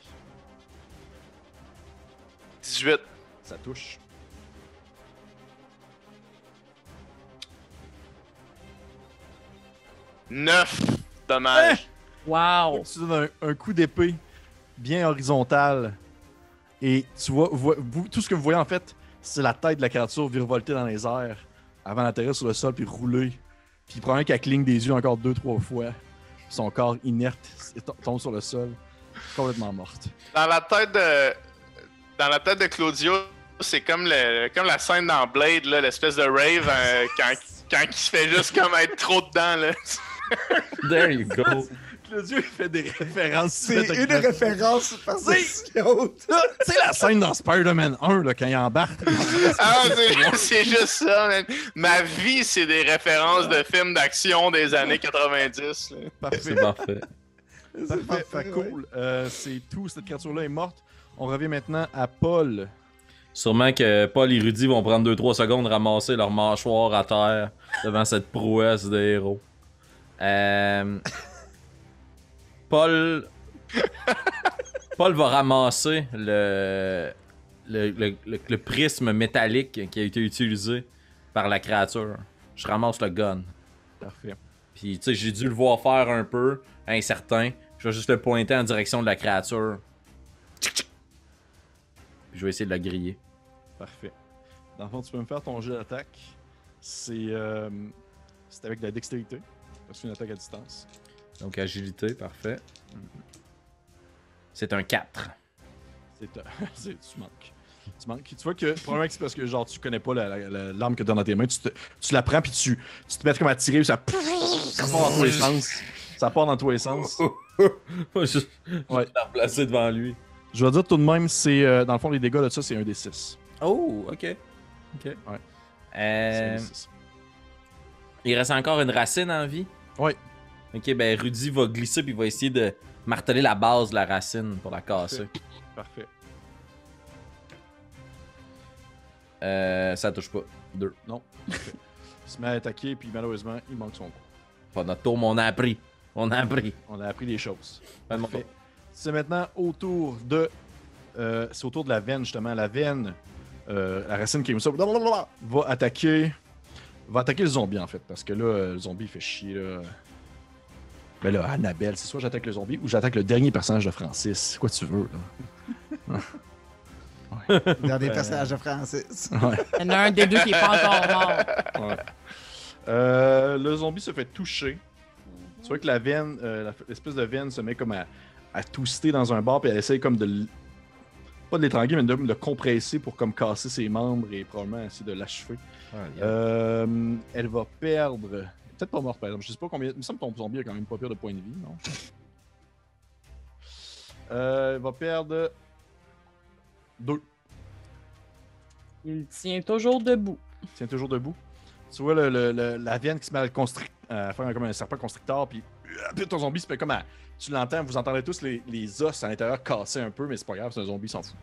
dix-huit. Ça touche. neuf. Dommage. Wow. Tu donnes un, un coup d'épée bien horizontal. Et tu vois, vois- vous- tout ce que vous voyez en fait, c'est la tête de la créature virevolter dans les airs avant d'atterrir sur le sol puis rouler. Puis probablement qu'elle cligne des yeux encore deux, trois fois. Son corps inerte t- tombe sur le sol, complètement morte. Dans la tête de. Dans la tête de Claudio, c'est comme, le, comme la scène dans Blade, là, l'espèce de rave euh, quand, quand il se fait juste comme être trop dedans. Là. There you go. Claudio, il fait des références. C'est une référence par-dessus l'autre. Tu sais la scène dans Spider-Man un, là, quand il embarque. Ah, c'est, c'est juste ça, man. Ma vie, c'est des références de films d'action des années quatre-vingt-dix. Là. Parfait. C'est parfait. Parfait. Fait cool. Euh, c'est tout. Cette créature-là est morte. On revient maintenant à Paul. Sûrement que Paul et Rudy vont prendre deux trois secondes ramasser leur mâchoire à terre. devant cette prouesse de héros. Euh... Paul. Paul va ramasser le... Le, le, le, le prisme métallique qui a été utilisé par la créature. Je ramasse le gun. Parfait. Puis, tu sais, j'ai dû le voir faire un peu, incertain. Je vais juste le pointer en direction de la créature. Puis je vais essayer de la griller. Parfait. Dans le fond, tu peux me faire ton jet d'attaque. C'est euh, c'est avec de la dextérité. Parce que c'est une attaque à distance. Donc, agilité, parfait. C'est un quatre. C'est, euh, c'est- tu manques. Tu manques. Tu vois que probablement que c'est parce que genre tu connais pas la, la- la- l'arme que tu as dans tes mains. Tu, te- tu la prends puis tu, tu te mets comme à tirer puis ça, ça part dans tous les sens. Ça part dans tous les sens. Je je Ouais. vais la replacer devant lui. Je vais dire tout de même, c'est euh, dans le fond les dégâts de ça, c'est un des six. Oh, ok. Ok. Ouais. C'est un Euh, des six. il reste encore une racine en vie. Ouais. Ok, ben Rudy va glisser puis va essayer de marteler la base de la racine pour la casser. Parfait. Euh, ça touche pas. Deux. Non. Parfait. Il se met à attaquer puis malheureusement il manque son coup. Pas notre tour, mais on a appris. On a appris. On a appris des choses. Pas de mon Parfait. tour. C'est maintenant au tour de. euh, c'est au tour de la veine, justement. La veine, euh, la racine qui est comme ça, blablabla, va attaquer. Va attaquer le zombie, en fait. Parce que là, euh, le zombie il fait chier. Là. Ben là, Annabelle, c'est soit j'attaque le zombie ou j'attaque le dernier personnage de Francis. C'est quoi tu veux, là? Dans des personnages de Francis. Ouais. Il y en a un des deux qui est pas encore mort. Ouais. Euh, le zombie se fait toucher. Tu vois que la veine, euh, la- l'espèce de veine se met comme à, à twister dans un bar, puis elle essaye comme de. l- Pas de l'étrangler, mais de de le compresser pour comme casser ses membres et probablement essayer de l'achever. Euh, elle va perdre. Peut-être pas morte, par exemple. Je sais pas combien. Il me semble que ton zombie a quand même pas pire de points de vie, non? Euh, elle va perdre. Deux. Il tient toujours debout. Tiens toujours debout. Tu vois le, le- le- la veine qui se met à, le constric- à faire comme un serpent constricteur, puis, puis ton zombie se fait comme à. Tu l'entends, vous entendez tous les, les os à l'intérieur casser un peu, mais c'est pas grave, c'est un zombie, il s'en fout.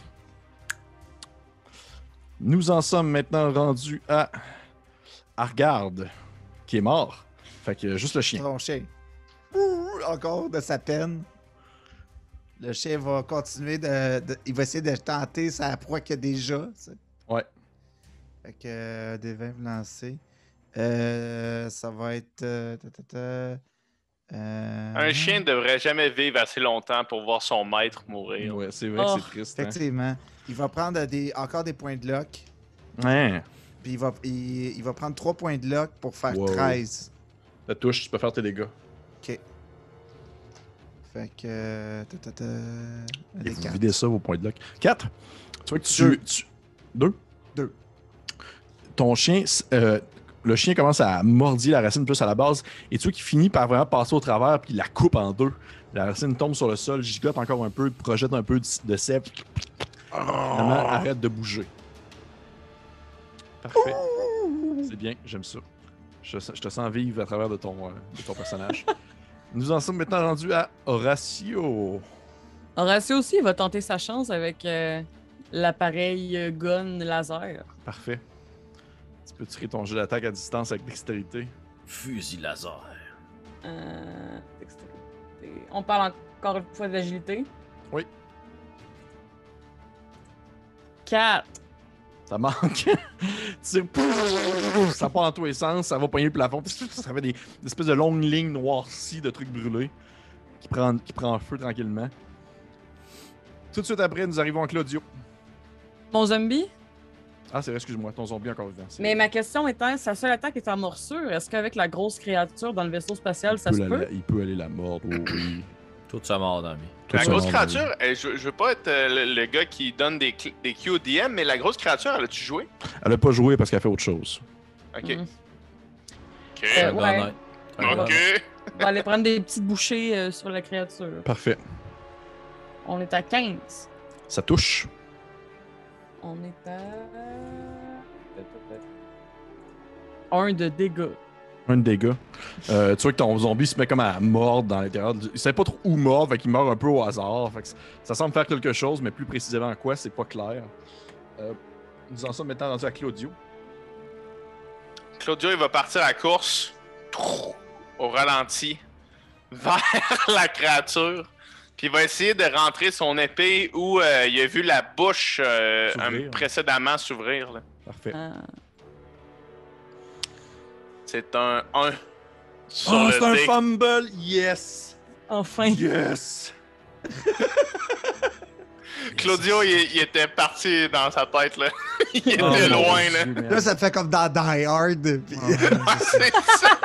Nous en sommes maintenant rendus à Argarde, qui est mort. Fait que juste le chien. Tronché. Ouh, encore de sa peine. Le chien va continuer de, de- Il va essayer de tenter sa proie qu'il a déjà. tu sais. Ouais. Fait que euh, des vingt lancés. Euh, ça va être. euh, ta, ta, ta, euh, Un chien ne devrait jamais vivre assez longtemps pour voir son maître mourir. Ouais, c'est vrai Oh. que c'est triste. Hein? Effectivement. Il va prendre des, encore des points de lock. Ouais. Puis il va, il, il va prendre trois points de lock pour faire Wow. treize. La touche, tu peux faire tes dégâts. Ok. Fait que. euh, ta, ta, ta, Et des vous quatre. videz ça, vos points de lock. quatre. Tu vois que tu. Deux. tu- Deux? Deux. Ton chien, s- euh, le chien commence à mordiller la racine plus à la base, et tu vois qu'il finit par vraiment passer au travers, puis il la coupe en deux. La racine tombe sur le sol, gigote encore un peu, projette un peu de, de sève. Finalement, arrête de bouger. Parfait. C'est bien, j'aime ça. Je, je te sens vivre à travers de ton, euh, de ton personnage. Nous en sommes maintenant rendus à Horatio. Horatio aussi il va tenter sa chance avec euh, l'appareil euh, gun laser. Parfait. Tu peux tirer ton jeu d'attaque à distance avec dextérité. Fusil laser. Euh, dextérité. On parle encore une fois d'agilité. Oui. quatre. Ça manque. Tu tires, ça part dans tous les sens, ça va pogner le plafond. Ça fait des, des espèces de longues lignes noircies de trucs brûlés qui prennent qui prend feu tranquillement. Tout de suite après, nous arrivons à Claudio. Mon zombie? Ah, c'est vrai, excuse-moi, ton zombie encore vivant. c'est Mais vrai. ma question étant, sa seule attaque est en morsure. Est-ce qu'avec la grosse créature dans le vaisseau spatial, il ça peut, se la- peut? il peut aller la mordre, oh oui. Toute sa mort dans lui. Tout La ça, grosse non, créature, euh, je, je veux pas être euh, le, le gars qui donne des, cl- des Q au D M, mais la grosse créature, elle a-tu joué? Elle a pas joué parce qu'elle fait autre chose. Ok. Mhm. Ok. Un Euh, gars ouais. honnête. Un gars Ok. honnête. On va aller prendre des petites bouchées euh, sur la créature. Parfait. On est à quinze. Ça touche. On est à... un de dégâts. Un de dégâts. Euh, tu vois que ton zombie se met comme à mordre dans l'intérieur. Il sait pas trop où mordre, fait qu'il meurt un peu au hasard. Fait que c- ça semble faire quelque chose, mais plus précisément quoi, c'est pas clair. Euh, nous en sommes maintenant rendus à Claudio. Claudio, il va partir à la course au ralenti vers la créature. Puis il va essayer de rentrer son épée où euh, il a vu la bouche euh, S'ouvrir. un- précédemment s'ouvrir. là. Parfait. Ah. C'est un un sur Oh, le c'est un dé. fumble! Yes! Enfin. Yes! Claudio, il, il était parti dans sa tête. là. il était Oh, mon loin. Dieu, là. merde. Là, ça fait comme dans Die Hard. Puis... Ah, c'est ça. C'est ça,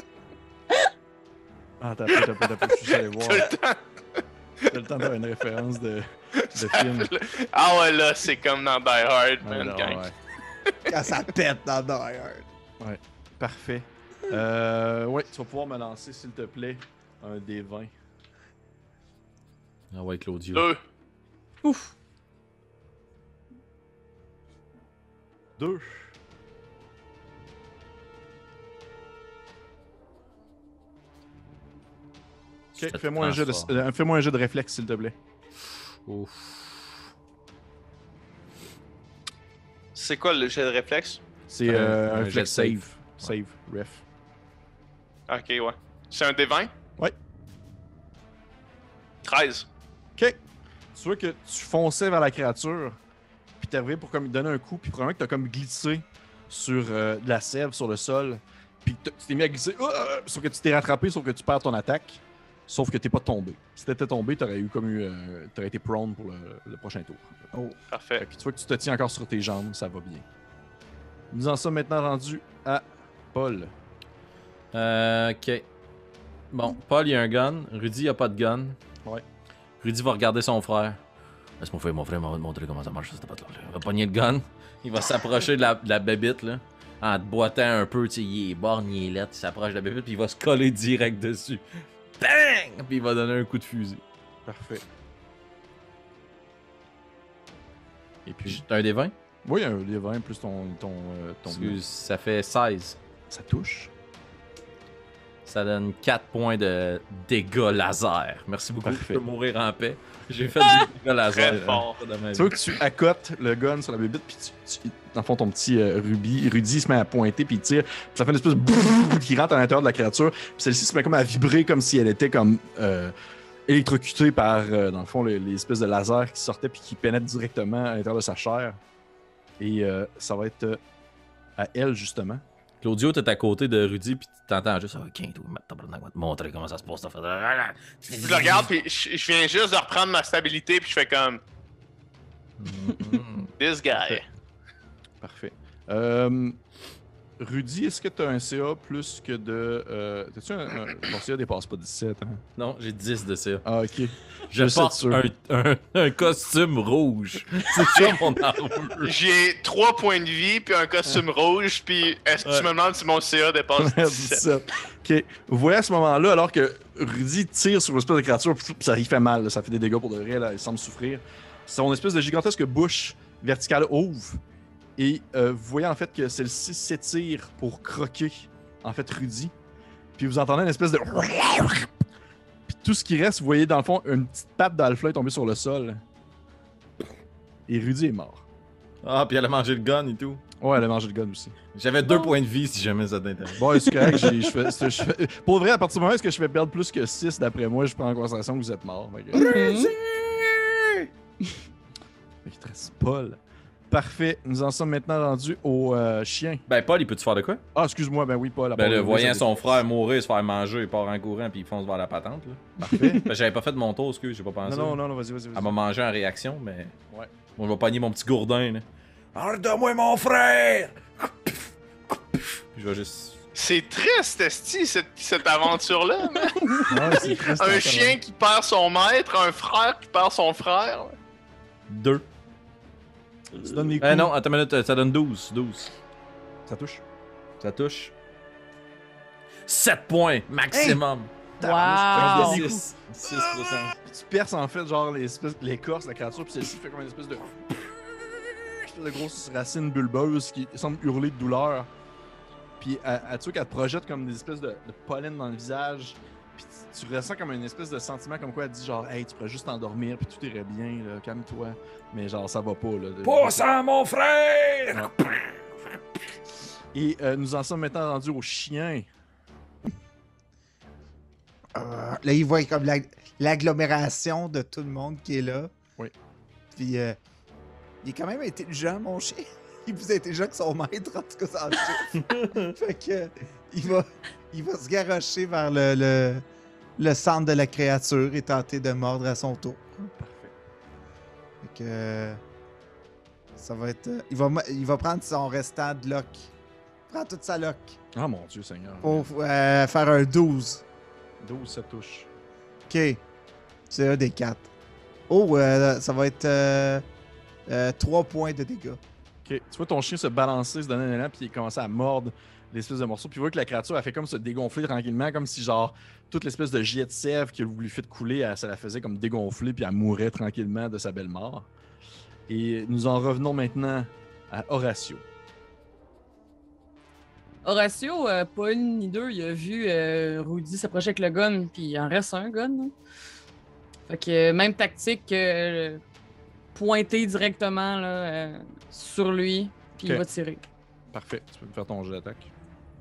Ah, t'as pas, t'as pas, t'as pas, je suis allé voir. tout le temps. T'as le temps d'avoir une référence de, de film. Ah ouais, là, c'est comme dans Die Hard, man. Alors, gang. ouais. Quand ça pète dans Die Hard. Parfait. Euh, ouais, tu vas pouvoir me lancer, s'il te plaît, un D vingt. Ah ouais, Claudio. Deux. Ouf. Deux. Ok, Ça te fais-moi un, jeu de- transforme. euh, fais-moi un jeu de réflexe, s'il te plaît. Ouf. C'est quoi le jet de réflexe? C'est Un- euh, un un jet flex de save. save. Save, ref. Ok, ouais. C'est un D vingt? Ouais. treize. Ok. Tu vois que tu fonçais vers la créature, puis t'es arrivé pour comme lui donner un coup, puis probablement que t'as comme glissé sur euh, de la sève sur le sol, puis que t'as- tu t'es mis à glisser, euh, sauf que tu t'es rattrapé, sauf que tu perds ton attaque, sauf que t'es pas tombé. Si t'étais tombé, t'aurais eu comme eu, euh, t'aurais été prone pour le, le prochain tour. Fait Parfait. que tu vois que tu te tiens encore sur tes jambes, ça va bien. Nous en sommes maintenant rendus à Paul. Euh, ok. Bon, Paul, il a un gun. Rudy, il a pas de gun. Ouais. Rudy va regarder son frère. Laisse-moi faire, mon frère m'a montré comment ça marche, cette patte-là. Il va pogner le gun. Il va s'approcher de la, de la bébite, là. En te boitant un peu, tu sais, il est borgne, il est laid, il s'approche de la bébite, puis il va se coller direct dessus. Bang! Puis il va donner un coup de fusil. Parfait. Et puis, T'as un des vingt? oui, un D vingt plus ton. ton, euh, ton Excuse, ça fait seize. Ça touche. Ça donne quatre points de dégâts laser. Merci beaucoup, Parfait. je peux mourir en paix. J'ai fait des dégâts laser. Très fort. euh, dans ma Tu vie. vois que tu accotes le gun sur la bébite, puis tu, tu- dans le fond, ton petit euh, Ruby, Rudy se met à pointer, puis il tire. Puis ça fait une espèce de boum qui rentre à l'intérieur de la créature. Puis celle-ci se met comme à vibrer comme si elle était comme euh, électrocutée par, euh, dans le fond, les, les espèces de lasers qui sortaient puis qui pénètrent directement à l'intérieur de sa chair. Et euh, ça va être euh, à elle, justement. Claudio, t'es à côté de Rudy, puis tu t'entends juste, ok, toi, on va te montrer comment ça se passe. Je le regarde, puis je, je viens juste de reprendre ma stabilité, puis je fais comme this guy. Parfait. Parfait. Euh, Rudy, est-ce que tu as un C A plus que de. Euh, T'as-tu un. un... Ton C A dépasse pas dix-sept, hein? Non, j'ai dix de ça. Ah, ok. Je sais porte sûr. un, un, un costume rouge. C'est ça mon armure. J'ai trois points de vie, puis un costume rouge, puis est-ce que Ouais. tu me demandes si mon C A dépasse dix-sept? dix-sept. Ok. Vous voyez à ce moment-là, alors que Rudy tire sur une espèce de créature, pff, ça lui fait mal, là, ça fait des dégâts pour de vrai, là, il semble souffrir. Son espèce de gigantesque bouche verticale ouvre, et euh, vous voyez en fait que celle-ci s'étire pour croquer, en fait, Rudy. Puis vous entendez une espèce de. Puis tout ce qui reste, vous voyez dans le fond une petite patte d'Alfla tomber sur le sol. Et Rudy est mort. Ah, puis elle a mangé le gun et tout. Ouais, elle a mangé le gun aussi. J'avais deux points de vie si jamais ça t'intéresse. Bon, c'est correct. j'ai- je fais- c'est- je fais- Pour vrai, à partir du moment où est-ce que je fais perdre plus que six, d'après moi, je prends en considération que vous êtes mort. Fait que... Mhm. Fait qu'il te reste Paul. Parfait. Nous en sommes maintenant rendus au euh, chien. Ben, Paul, il peut-te faire de quoi? Ah, excuse-moi. Ben oui, Paul. à Ben, part là, le- voyant ça son dépasse. frère mourir, se faire manger, il part en courant, puis il fonce vers la patente, là. Parfait. Ben, j'avais pas fait de mon tour, excuse, j'ai pas pensé. non, non, non, non, vas-y, vas-y. Elle vas-y. m'a mangé en réaction, mais. Ouais. Moi, je vais pogner mon petit gourdin, là. Arrête de moi, mon frère! Puis je vais juste. C'est triste, esti, cette, cette aventure-là, man. Ouais, c'est triste, Un en chien qui perd son maître, un frère qui perd son frère. Deux. Tu donnes des coups. Eh non, attends une minute, ça donne douze. douze. Ça touche. Ça touche. sept points maximum. Wow. Des coups. six. six pour cent. Puis tu perces en fait, genre, les espèces- l'écorce de la créature, puis celle-ci fait comme une espèce de. Une espèce de grosse racine bulbeuse qui semble hurler de douleur. Puis elle, elle- tu vois qu'elle te projette comme des espèces de, de pollen dans le visage. Puis tu, tu ressens comme une espèce de sentiment comme quoi elle dit genre, hey, tu pourrais juste t'endormir, puis tout irait bien, là, calme-toi. Mais genre, ça va pas, là. Pas ça, mon frère! Et euh, nous en sommes maintenant rendus au chien. Euh, là, il voit comme la- l'agglomération de tout le monde qui est là. Oui. Puis, euh, il est quand même intelligent, mon chien. Il est plus intelligent que son maître, en tout cas, ça en chien. Fait que, euh, il va, il va se garrocher vers le, le, le centre de la créature et tenter de mordre à son tour. Parfait. Fait que, euh, ça va être... euh, il, va, ma- il va prendre son restant de lock. Il prend toute sa lock Ah mon Dieu Seigneur. pour euh, faire un douze. douze, ça touche. OK. C'est un des quatre. Oh, euh, ça va être euh, euh, trois points de dégâts. Ok. Tu vois ton chien se balancer, se donner un élan, puis il commence à mordre l'espèce de morceau. Puis tu vois que la créature, elle fait comme se dégonfler tranquillement, comme si genre toute l'espèce de jet de sève qu'il voulu fait couler, elle- ça la faisait comme dégonfler, puis elle mourait tranquillement de sa belle mort. Et nous en revenons maintenant à Horatio. Horatio, euh, pas une ni deux, il a vu euh, Rudy s'approcher avec le gun, puis il en reste un gun. Là. Fait que euh, même tactique que euh, pointer directement là, euh, sur lui, puis Ok. il va tirer. Parfait. Tu peux me faire ton jeu d'attaque.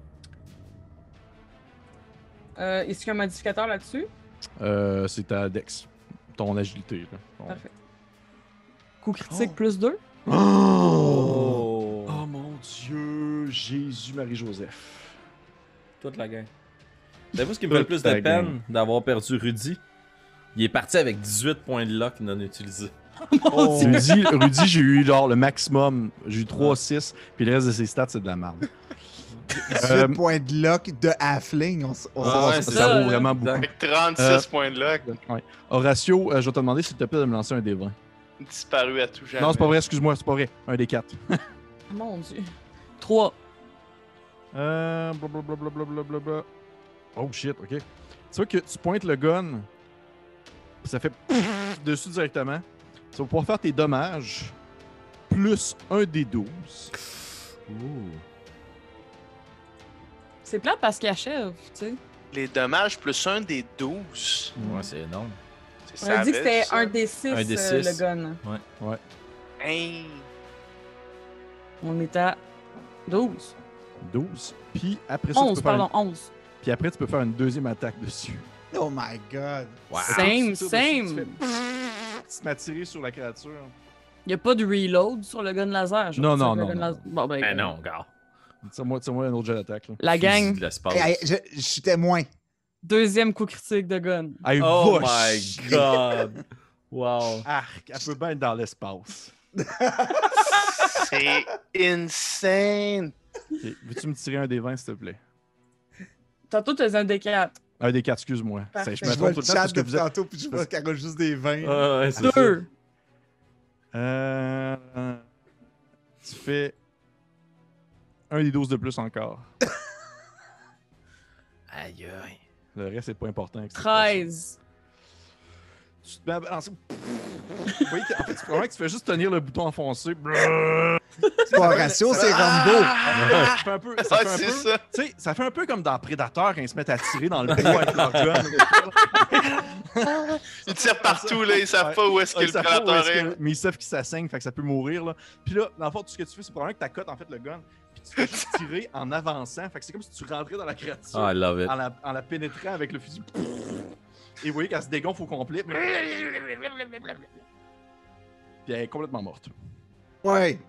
Euh, Est-ce qu'il y a un modificateur là-dessus? Euh, c'est ta Dex. Ton agilité. Là. Ton- Parfait. Coup critique Oh. plus deux. Oh! Oh mon Dieu! Jésus Marie-Joseph. Toute la gang. Savez-vous ce qui me fait le plus de Toute la gang. peine d'avoir perdu Rudy? Il est parti avec dix-huit points de lock non utilisés. Mon Dieu! Rudy, Rudy j'ai eu genre le maximum. J'ai eu trois six, puis le reste de ses stats, c'est de la merde. dix-huit Euh, points de lock de halfling. On, s- on Ah s'en- ouais, ça, c'est ça ça, vaut là. vraiment beaucoup. Avec trente-six Euh, points de luck, Ouais. Horatio, euh, je vais te demander s'il te plaît de me lancer un dé vingt. disparu à tout jamais. Non, c'est pas vrai, excuse-moi, c'est pas vrai. Un des quatre. Mon Dieu. trois. Euh. Blablabla. Bla, bla, bla. Oh shit, ok. Tu vois que tu pointes le gun, ça fait dessus directement. Ça va pouvoir faire tes dommages plus un des douze. C'est plate parce qu'il achève, tu sais. Les dommages plus un des douze. Ouais, c'est énorme. C'est On a dit que savage, c'était ça. un des six, Un des euh, six. le gun. Hein. On est à douze. douze. Puis après ça, tu onze, peux faire pardon, une... onze. Puis après, tu peux faire une deuxième attaque dessus. Oh my god. Wow. Same, Tu tires dessus, same. Tu, fais... tu m'as tiré sur la créature. Il n'y a pas de reload sur le gun laser. genre, Non, sur non, le non, gun non, laser. Bon, ben, Ben non, gars. Tire-moi tire un autre jet d'attaque. là. La gang, Fusil de l'espace. Hey, hey, je, je suis témoin. deuxième coup critique de gun. Hey, Oh va my chier. god. Wow. Arc, elle peut bien être dans l'espace. C'est insane. Ok, veux-tu me tirer un des vingt, s'il te plaît? Tantôt, tu as un D quatre. Un des quatre, excuse-moi. Parfait. Je me Je trompe vois tout le le temps chat parce que depuis vous êtes... tantôt, puis je vois qu'elle a juste des vingt. Ah ouais, c'est ça. Deux. Euh... Tu fais un des douze de plus encore. Aïe aïe. Le reste, c'est pas important. treize. Tu te mets à balancer. Vous voyez qu'en fait, c'est probablement que tu fais juste tenir le bouton enfoncé. C'est pas Horatio, c'est Rambo. Ça fait un peu. Ça Ah, fait un c'est peu. ça. Tu sais, ça fait un peu comme dans Predator quand ils se mettent à tirer dans le bois avec leur gun. Ils tirent partout, là, ils savent Ouais. pas où est-ce que Ouais, le ils savent pas où prédateur est-ce est. que- Mais ils savent que ça saigne, fait que ça peut mourir. Là. Puis là, dans le fond, tout ce que tu fais, c'est probablement que tu accotes en fait le gun. Puis tu fais juste tirer en avançant. Fait que c'est comme si tu rentrais dans la créature Ah, I love it. en, la, en la pénétrant avec le fusil. Et vous voyez qu'elle se dégonfle au complet. Puis elle est complètement morte. Ouais.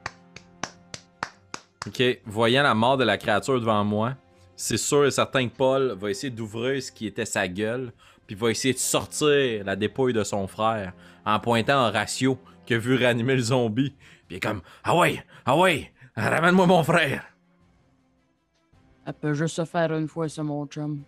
Ok, voyant la mort de la créature devant moi, c'est sûr et certain que Paul va essayer d'ouvrir ce qui était sa gueule, puis va essayer de sortir la dépouille de son frère en pointant Horatio qui a vu réanimer le zombie. Puis il est comme ah ouais, ah ouais, ramène-moi mon frère. Elle peut juste se faire une fois, ce mon chum.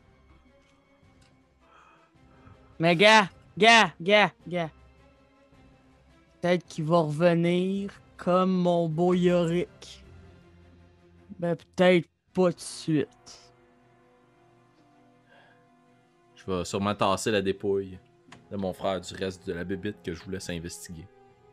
Mais gars, gars, gars, gars. Peut-être qu'il va revenir comme mon beau Yorick. Ben peut-être pas tout de suite. Je vais sûrement tasser la dépouille de mon frère du reste de la bébite que je vous laisse investiguer.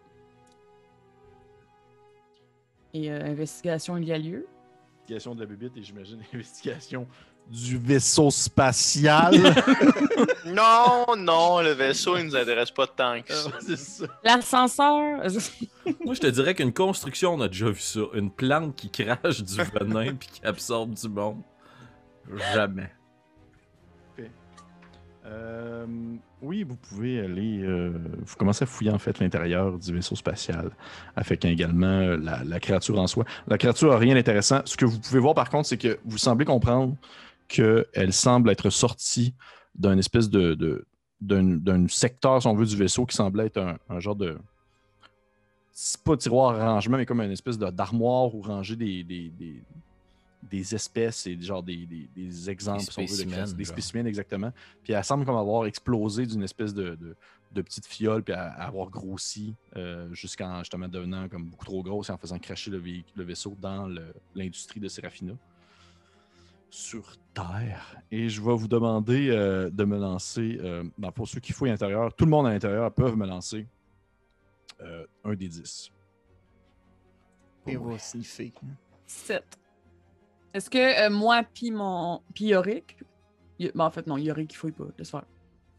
Et euh, investigation il y a lieu. Investigation de la bébite et j'imagine investigation du vaisseau spatial. Non, non, le vaisseau, il nous intéresse pas tant que ça. c'est ça. L'ascenseur. Moi, je te dirais qu'une construction, on a déjà vu ça. Une plante qui crache du venin puis qui absorbe du monde. Jamais. Euh, oui, vous pouvez aller. Euh, vous commencez à fouiller en fait l'intérieur du vaisseau spatial, avec également euh, la, la créature en soi. La créature n'a rien d'intéressant. Ce que vous pouvez voir par contre, c'est que vous semblez comprendre qu'elle semble être sortie d'un espèce de, de d'un, d'un secteur, si on veut, du vaisseau qui semblait être un, un genre de. C'est pas tiroir à rangement, mais comme une espèce de, d'armoire où ranger des, des, des, des espèces et genre des, des, des exemples, Des si on veut, de spécimens, création- des genre. spécimens exactement. Puis elle semble comme avoir explosé d'une espèce de, de, de petite fiole, puis à, à avoir grossi euh, jusqu'en justement devenant comme beaucoup trop grosse et en faisant cracher le, véhic- le vaisseau dans le- l'industrie de Serafina sur Terre. Et je vais vous demander euh, de me lancer, euh, ben, pour ceux qui fouillent à l'intérieur, tout le monde à l'intérieur peuvent me lancer euh, un des dix. Et on va sniffer. sept. Est-ce que euh, moi, puis mon. Puis Yorick. Y- Ben, en fait, non, Yorick, il fouille pas. Laisse faire.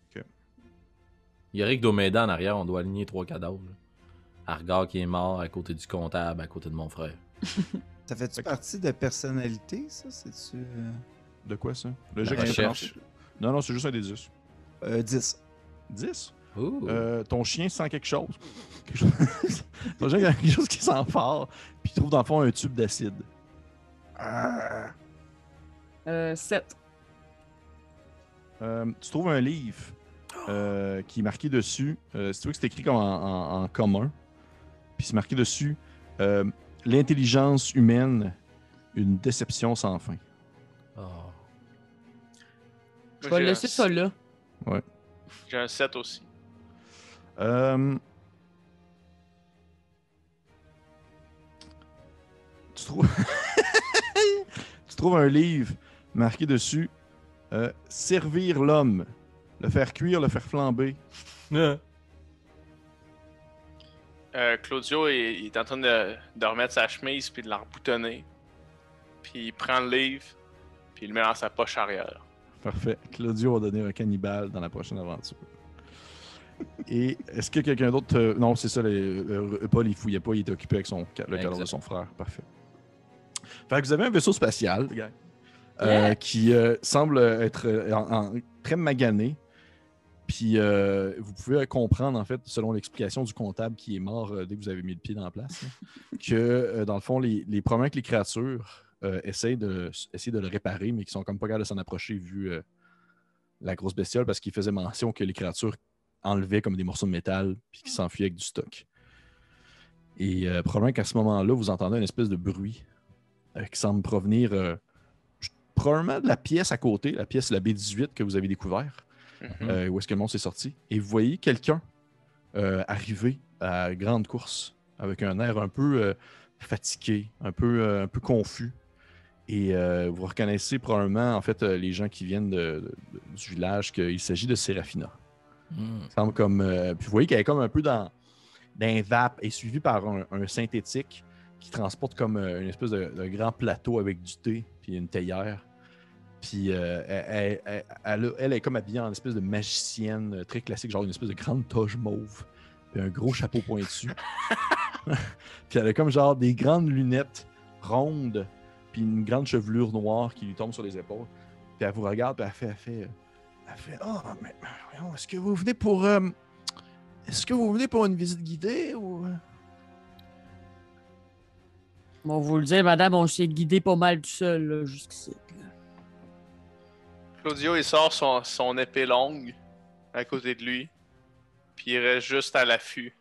Yorick Domeda en arrière, on doit aligner trois cadavres. là. Argar qui est mort à côté du comptable, à côté de mon frère. Ça fait-tu partie de personnalité, ça? C'est-tu... euh, De quoi ça? Le La jet que j'ai recherche. lancé? Non, non, c'est juste un des dix. Euh, dix. dix? Ouh. Euh, ton chien sent quelque chose. Quelque chose... ton chien a quelque chose qui sent fort, puis il trouve dans le fond un tube d'acide. Ah. Euh, sept. Euh, tu trouves un livre euh, qui est marqué dessus. Euh, si tu veux que c'est écrit comme en, en- en commun, puis c'est marqué dessus euh, l'intelligence humaine, une déception sans fin. Oh. Je Moi, vais j'ai laisser un- ça là. J'ai un sept aussi. Euh, tu trouves tu trouves un livre marqué dessus euh, servir l'homme, le faire cuire, le faire flamber. Ah. Euh, Claudio est, il est en train de, de remettre sa chemise puis de la reboutonner. Puis il prend le livre puis il le met dans sa poche arrière. Parfait. Claudio va donner un cannibale dans la prochaine aventure. Et est-ce que quelqu'un d'autre... euh, Non, c'est ça, les, euh, Paul, il fouillait pas, il était occupé avec son, ca- le cadavre de Exact. son frère. Parfait. Fait que vous avez un vaisseau spatial, les gars, euh, Yeah. qui euh, semble être euh, en- en- très magané. Puis euh, vous pouvez comprendre, en fait, selon l'explication du comptable qui est mort euh, dès que vous avez mis le pied dans la place, là, que, euh, dans le fond, les, les problèmes avec les créatures euh, essayent, de, essayent de le réparer, mais qui sont comme pas capables de s'en approcher vu euh, la grosse bestiole, parce qu'il faisait mention que les créatures enlevaient comme des morceaux de métal puis qui s'enfuyaient avec du stock. Et euh, probablement qu'à ce moment-là, vous entendez une espèce de bruit euh, qui semble provenir euh, probablement de la pièce à côté, la pièce, la B dix-huit que vous avez découvert. Mhm. Euh, où est-ce que le monde s'est sorti. Et vous voyez quelqu'un euh, arriver à grande course avec un air un peu euh, fatigué, un peu, euh, un peu confus. Et euh, vous reconnaissez probablement, en fait, euh, les gens qui viennent de- de- du village, qu'il s'agit de Serafina. Hmm. Ça semble comme, euh, puis vous voyez qu'elle est comme un peu dans, dans un vape et suivie par un, un synthétique qui transporte comme euh, une espèce de, de grand plateau avec du thé puis une théière. Puis euh, elle, elle- elle- elle a- elle est comme habillée en espèce de magicienne euh, très classique, genre une espèce de grande toge mauve, puis un gros chapeau pointu. Puis elle a comme genre des grandes lunettes rondes, puis une grande chevelure noire qui lui tombe sur les épaules. Puis elle vous regarde, puis elle fait, elle fait, elle fait, oh, mais voyons, est-ce que vous venez pour, euh, est-ce que vous venez pour une visite guidée ou Bon, vous le dire, madame, on s'est guidé pas mal tout seul là, jusqu'ici. là. Claudio, il sort son, son épée longue à côté de lui. Puis il reste juste à l'affût.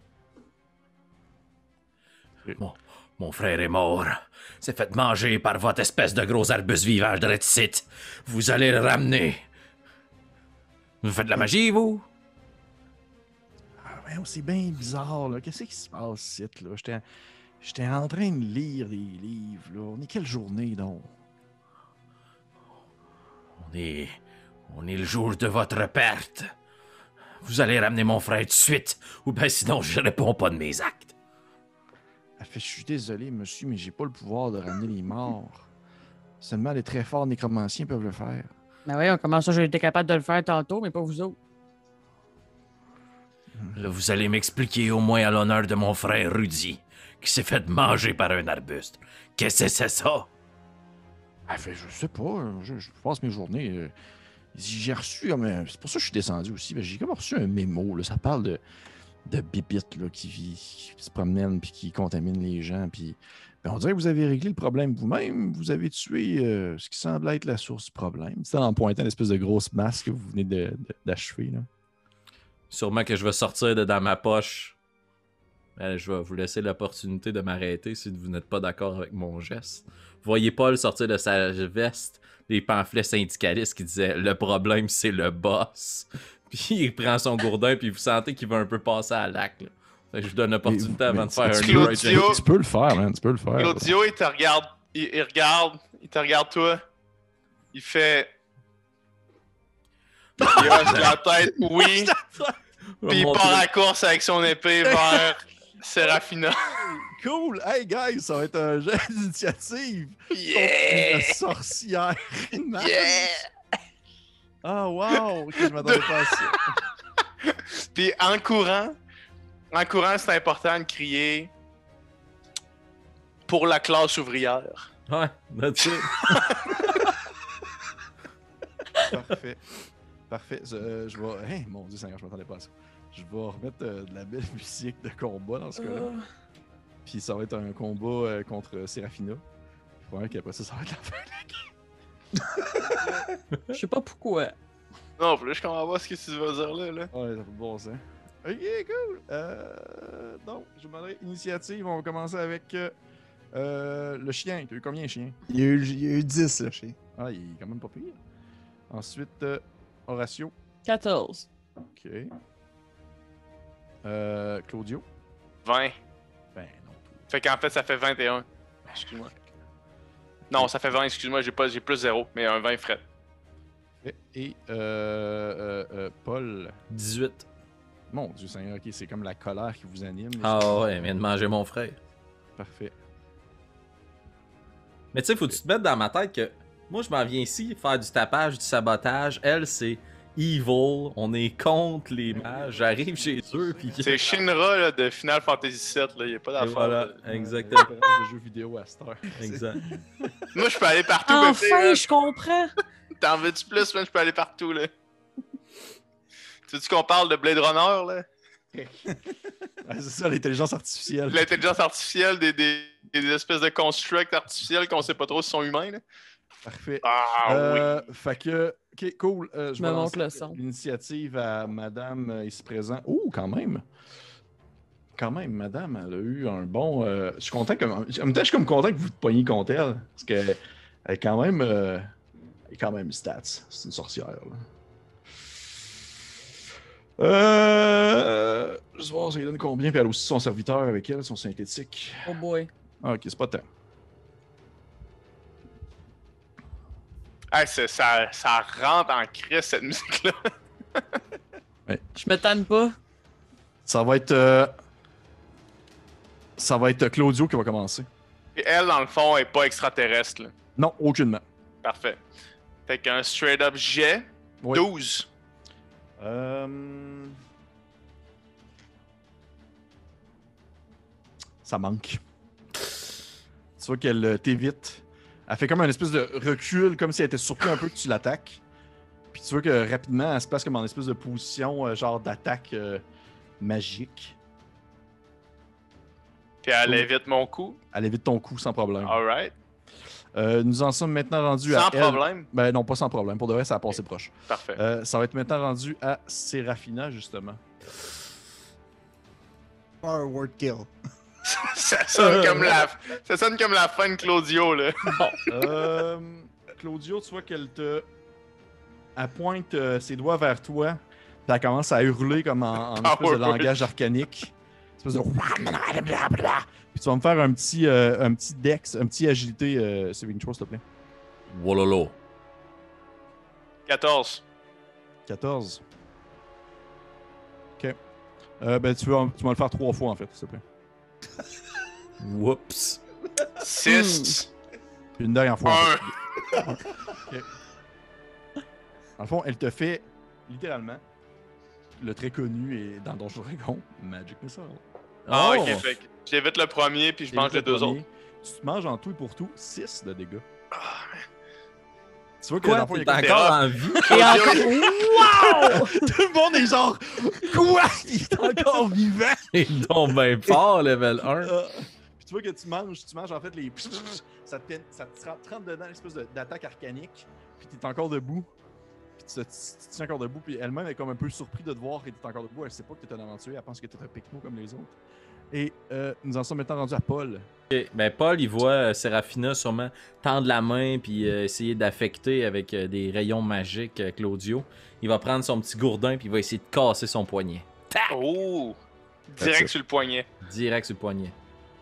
Mon frère est mort. C'est fait manger par votre espèce de gros arbuste vivage de réticite. Vous allez le ramener. Vous faites de la magie, vous? Ah, voyons, c'est bien bizarre, là. Qu'est-ce qui se passe ici, là? J'étais, j'étais en train de lire des livres, là. On est quelle journée, donc? On est... On est le jour de votre perte. Vous allez ramener mon frère tout de suite, ou bien sinon je réponds pas de mes actes. Elle fait, je suis désolé, monsieur, mais j'ai pas le pouvoir de ramener les morts. Seulement les très forts nécromanciens peuvent le faire. Ben oui, on commence ça, j'ai été capable de le faire tantôt, mais pas vous autres. Là, vous allez m'expliquer au moins à l'honneur de mon frère Rudy, qui s'est fait manger par un arbuste. Qu'est-ce que c'est ça? Elle fait, je sais pas, je, je passe mes journées. euh, Il dit, j'ai reçu comme un... C'est pour ça que je suis descendu aussi. J'ai comme reçu un mémo. Là. Ça parle de, de bibites là, qui, qui, qui se promènent puis qui contaminent les gens. Puis ben, on dirait que vous avez réglé le problème vous-même. Vous avez tué euh, ce qui semble être la source du problème. C'est en pointant l'espèce de grosse masse que vous venez de, de, d'achever. Là. Sûrement que je vais sortir de dans ma poche. Ben, je vais vous laisser l'opportunité de m'arrêter si vous n'êtes pas d'accord avec mon geste. Vous voyez Paul sortir de sa veste des pamphlets syndicalistes qui disaient « Le problème, c'est le boss ». Puis il prend son gourdin puis vous sentez qu'il va un peu passer à l'acte. Je vous donne l'opportunité Mais, avant mais de faire un Claudio- new Tu, tu peux le faire, man. Tu peux le faire. Claudio, il te regarde, il, il regarde, il te regarde toi. Il fait. Il hoche la tête, oui. Puis il part à la course avec son épée vers Serafina. Cool! Hey, guys, ça va être un jeu d'initiative. Yeah! Une sorcière. Nice. Yeah! Ah, wow! Ok, je m'attendais pas à ça. Puis en courant, en courant, c'est important de crier pour la classe ouvrière. Ouais, that's it. Parfait. Parfait. Je, euh, je vais. Hey, mon Dieu, Seigneur, je m'attendais pas à ça. Je vais remettre euh, de la belle musique de combat dans ce cas-là. Euh, Puis ça va être un combat euh, contre Serafina. Ouais, qu'après ça, ça va être la fin. Je sais pas pourquoi. Non, plus je comprends pas ce que tu veux dire là. là. Ouais, ça fait bon sens. Ok, cool. Euh, donc, je vous demanderai initiative. On va commencer avec euh, euh, le chien. Tu as eu combien de chiens? Il y a eu, il y a eu dix, là, chez. Ah, il est quand même pas pire. Ensuite, euh, Horatio. quatorze. Ok. Euh, Claudio. vingt. Ben non. Fait qu'en fait, ça fait vingt et un. Excuse-moi. Non, ça fait vingt, excuse-moi, j'ai pas j'ai plus zéro, mais un vingt frais. Et euh, euh, euh, Paul. dix-huit. Mon Dieu Seigneur, ok, c'est comme la colère qui vous anime. les Ah gens. ouais, il vient de manger mon frère. Parfait. Mais tu sais, faut que tu te mettes dans ma tête que moi, je m'en viens ici faire du tapage, du sabotage. Elle, c'est evil. On est contre les mages. J'arrive chez eux, puis... C'est Shinra là, de Final Fantasy sept, là, y a pas Et d'affaire. voilà, là. exactement. Référence de jeux vidéo à cette heure. Exact. Moi, je peux aller partout, bébé, Enfin, là. je comprends. T'en veux-tu plus, man? Je peux aller partout, là. Tu veux-tu qu'on parle de Blade Runner, là? Ah, c'est ça, l'intelligence artificielle. L'intelligence artificielle, des, des, des espèces de constructs artificiels qu'on sait pas trop si sont humains, là. Parfait. Ah Euh, Fait que, ok, cool. Euh, je Me vais montre lancer le son. l'initiative à Madame euh, ici présent. Oh, quand même. Quand même, Madame, elle a eu un bon. euh, Je suis content que. En même temps, je suis comme content que vous te poigniez contre elle. Parce qu'elle elle est quand même. euh, Elle est quand même stats. C'est une sorcière, là. Euh. Je vais voir, ça lui donne combien. Puis elle a aussi son serviteur avec elle, son synthétique. Oh boy. Ah, ok, c'est pas tant. Hey, c'est- ça, ça rentre en crise, cette musique-là. Je me tanne pas. Ça va être. euh, Ça va être Claudio qui va commencer. Et elle, dans le fond, est pas extraterrestre, là. Non, aucunement. Parfait. Fait qu'un straight-up jet, Oui. douze. Euh... Ça manque. Tu vois qu'elle euh, t'évite. Elle fait comme un espèce de recul, comme si elle était surprise un peu que tu l'attaques. Puis tu vois que rapidement, elle se place comme en espèce de position, euh, genre d'attaque euh, magique. Puis elle Cool. évite mon coup. Elle évite ton coup sans problème. Alright. Euh, nous en sommes maintenant rendus à Sans elle. problème. Ben non, pas sans problème. Pour de vrai, ça a passé proche. Parfait. Euh, ça va être maintenant rendu à Serafina, justement. Forward kill. ça, sonne comme la, ça sonne comme la fin de Claudio, là. Euh, Claudio, tu vois qu'elle te. Elle pointe euh, ses doigts vers toi, puis elle commence à hurler comme en, en espèce de Power langage arcanique. Espèce de. Puis tu vas me faire un petit, euh, un petit dex, un petit agilité euh, saving throw, s'il te plaît. Wololo. quatorze. quatorze. Ok. Euh, ben, tu vas, tu vas le faire trois fois, en fait, s'il te plaît. Whoops. six. Puis une dernière fois. en un. fait. Ok. Dans le fond, elle te fait littéralement le très connu et dans Donjon Dragon, Magic Missile. Ah, Oh. ok. Fait que j'évite le premier, puis je mange les deux autres. Tu te manges en tout et pour tout six de dégâts. Ah, man. Tu vois que Quoi? dans le fond, il y T'es a comme- encore en vie? Et encore, wow! Tout le monde est genre, quoi? Il est encore vivant! Il tombe bien fort, level un. Euh, Puis tu vois que tu manges, tu manges en fait les. Ça te, fait- ça te rentre- rentre dedans l'espèce de- d'attaque arcanique, puis t'es encore debout. Puis tu, te- tu te tiens encore debout, puis elle-même est comme un peu surprise de te voir et t'es encore debout. Elle sait pas que t'es un aventurier, elle pense que t'es un picno comme les autres. Et euh, nous en sommes maintenant rendus à Paul. Ok, ben Paul, il voit euh, Serafina sûrement tendre la main puis euh, essayer d'affecter avec euh, des rayons magiques euh, Claudio. Il va prendre son petit gourdin puis il va essayer de casser son poignet. Oh! That's Direct it. sur le poignet. Direct sur le poignet.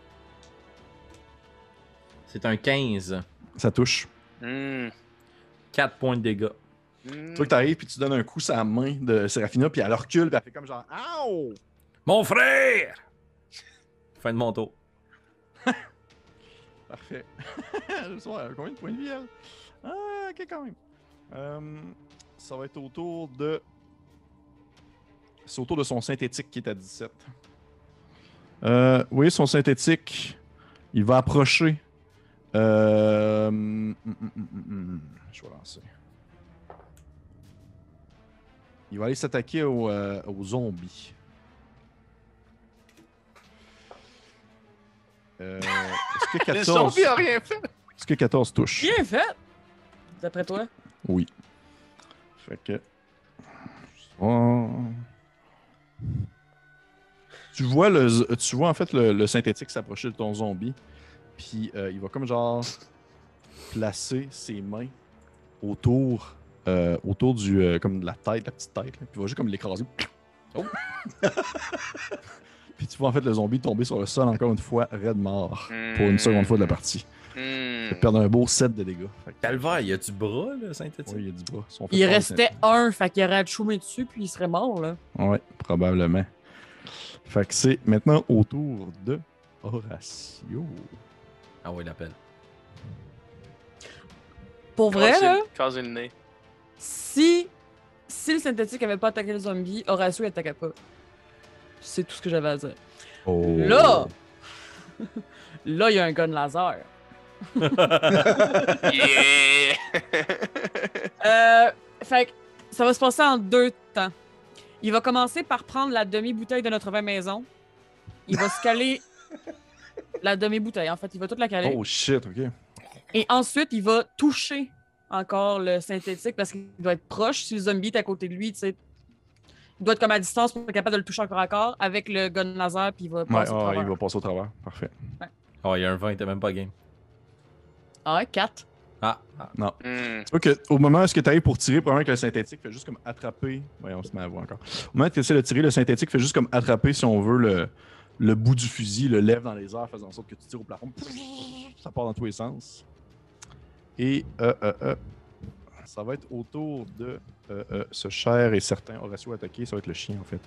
C'est un quinze. Ça touche. Hmm. quatre points de dégâts. Hmm. Tu vois que t'arrives, puis tu donnes un coup sur la main de Serafina, puis elle recule, puis elle fait comme genre, Ow! Mon frère! Fin de mon tour. Parfait. Le soir, elle a combien de points de vie, elle? Ah, ok, quand même. Euh, ça va être autour de. C'est autour de son synthétique qui est à dix-sept. Euh, oui, son synthétique, il va approcher. Euh... hum, hum, hum, hum, hum. Je vais lancer. Il va aller s'attaquer au, euh, aux zombies. Euh, Est-ce que Le quatorze... zombie a rien fait. Est-ce que quatorze touche? Bien fait! D'après toi? Oui. Fait que. Oh. Tu vois le, z- tu vois en fait le, le synthétique s'approcher de ton zombie, puis euh, il va comme genre placer ses mains autour, euh, autour du, euh, comme de la tête, la petite tête, là, puis il va juste comme l'écraser. Oh. Puis tu vois en fait le zombie tomber sur le sol encore une fois, raide mort, pour une seconde fois de la partie. Hmm. Il va perdre un beau sept de dégâts. Fait que- Calvaire, y a du bras, là, synthétique? Oui, il y a du bras. Ils sont faits Il par le restait un, fait qu'il aurait choumé dessus, puis il serait mort, là. Ouais, probablement. Fait que c'est maintenant au tour de Horatio. Ah ouais, l'appel. Pour vrai, Casser- là, Casser le nez. si, si le synthétique avait pas attaqué le zombie, Horatio il attaquait pas. C'est tout ce que j'avais à dire. Oh. Là! Là, il y a un gun laser. Yeah! Euh, fait que ça va se passer en deux temps. Il va commencer par prendre la demi-bouteille de notre vin maison. Il va se caler la demi-bouteille. En fait, il va toute la caler. Oh shit, ok. Et ensuite, il va toucher encore le synthétique parce qu'il doit être proche. Si le zombie est à côté de lui, tu sais, il doit être comme à distance pour être capable de le toucher encore à corps avec le gun laser, puis il va Ouais, passer au ah, travers. il va passer au travers. Parfait. Oh, il y a un vingt, t'es même pas game. Ah, quatre. Ah, ah. Non. Hmm. Tu vois que, au moment où tu arrives pour tirer, probablement que le synthétique fait juste comme attraper. Voyons, on se met à voir encore. Au moment où tu essaies de tirer, le synthétique fait juste comme attraper, si on veut, le, le bout du fusil, le lève dans les airs, faisant en sorte que tu tires au plafond. Ça part dans tous les sens. Et euh, euh, euh, ça va être autour de euh, euh, ce cher et certain Horatio attaqué. Ça va être le chien, en fait.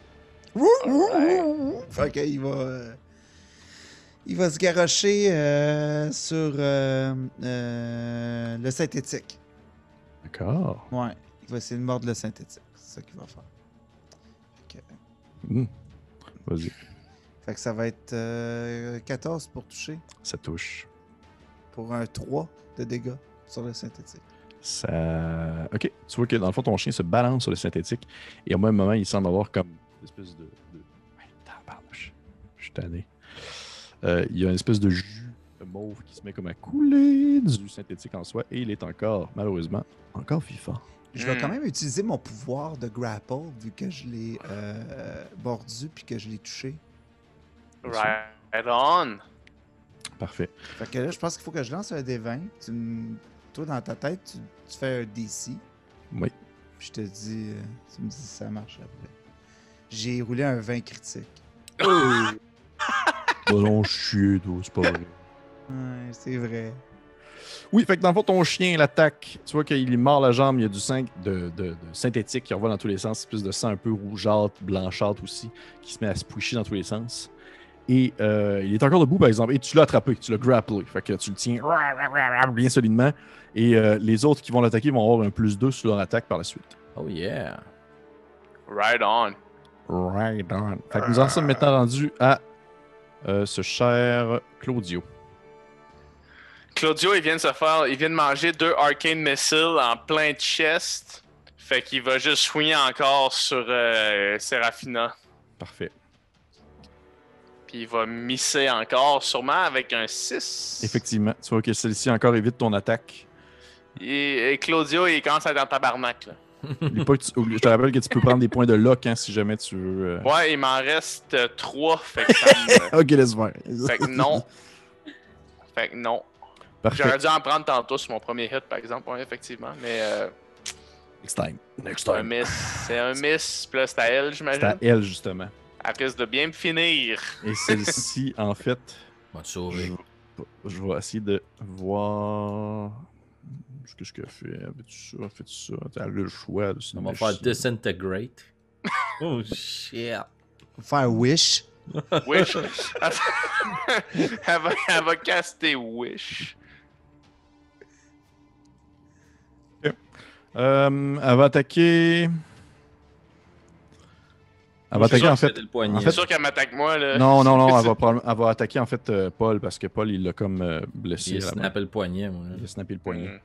Fait qu'il va. euh, il va se garrocher euh, sur euh, euh, le synthétique. D'accord. Ouais. Il va essayer de mordre le synthétique. C'est ça qu'il va faire. Fait que, Hmm. Vas-y, fait que ça va être euh, quatorze pour toucher. ça touche. Pour un trois de dégâts sur le synthétique. Ça. Ok. Tu vois que dans le fond, ton chien se balance sur le synthétique et au même moment, il semble avoir comme une espèce de. de... Ouais, tabarnouche. Je suis tanné. Euh, il y a une espèce de jus mauve qui se met comme à couler du synthétique en soi et il est encore, malheureusement, encore vivant. Je vais Hmm. quand même utiliser mon pouvoir de grapple vu que je l'ai euh, mordu puis que je l'ai touché. Right on. Parfait. Fait que là, je pense qu'il faut que je lance un D vingt. Tu me- Toi, dans ta tête, tu, tu fais un D C. Oui. Puis je te dis, euh, tu me dis si ça marche après. J'ai roulé un vingt critique. Bon, chier, toi, c'est pas vrai. Ouais, c'est vrai. Oui, fait que dans le fond, ton chien l'attaque. Tu vois qu'il mord la jambe, il y a du sang de, de- de synthétique qui revoit dans tous les sens, plus de sang un peu rougeâtre, blanchâtre aussi, qui se met à se pusher dans tous les sens. Et euh, il est encore debout, par exemple, et tu l'as attrapé, tu l'as grapplé. Fait que tu le tiens bien solidement. Et euh, les autres qui vont l'attaquer vont avoir un plus deux sur leur attaque par la suite. Oh yeah. Right on. Right on. Fait que nous en sommes maintenant rendus à euh, ce cher Claudio. Claudio, il vient de se faire. Il vient de manger deux Arcane Missiles en plein chest. Fait qu'il va juste swinguer encore sur euh, Serafina. Parfait. Puis il va misser encore, sûrement avec un six. Effectivement. Tu vois que celle-ci encore évite ton attaque. Et, et Claudio, il commence à être en tabarnak. Là. Oublie pas que tu- oublie- je te rappelle que tu peux prendre des points de lock hein, si jamais tu veux. euh. Ouais, il m'en reste euh, trois. Fait que ça me... Ok, laisse faire. Fait que non. Fait que non. Parfait. J'aurais dû en prendre tantôt sur mon premier hit, par exemple, ouais, effectivement. Mais euh, Next time. Next c'est un time. miss. C'est un miss. Puis là, c'est à elle, C'est à j'imagine. elle, justement. Elle risque de bien me finir. Et celle-ci, en fait, Va te je, sauver. je vais essayer de voir. Qu'est-ce qu'elle fait? Elle fait ça, elle fait ça. Elle a le choix. de se On va mettre faire ça. disintegrate. Oh shit. Faire wish. Wish. elle, va, elle va caster Wish. Euh, elle va attaquer. Elle va Je suis attaquer sûr en que fait. c'était le poignet. en C'est fait- sûr qu'elle m'attaque moi, là. Non, non, non, elle va, probable- elle va attaquer en fait euh, Paul parce que Paul il l'a comme euh, blessé. Il a à la main. snappé le poignet, moi. Il a snappé le poignet. Mm.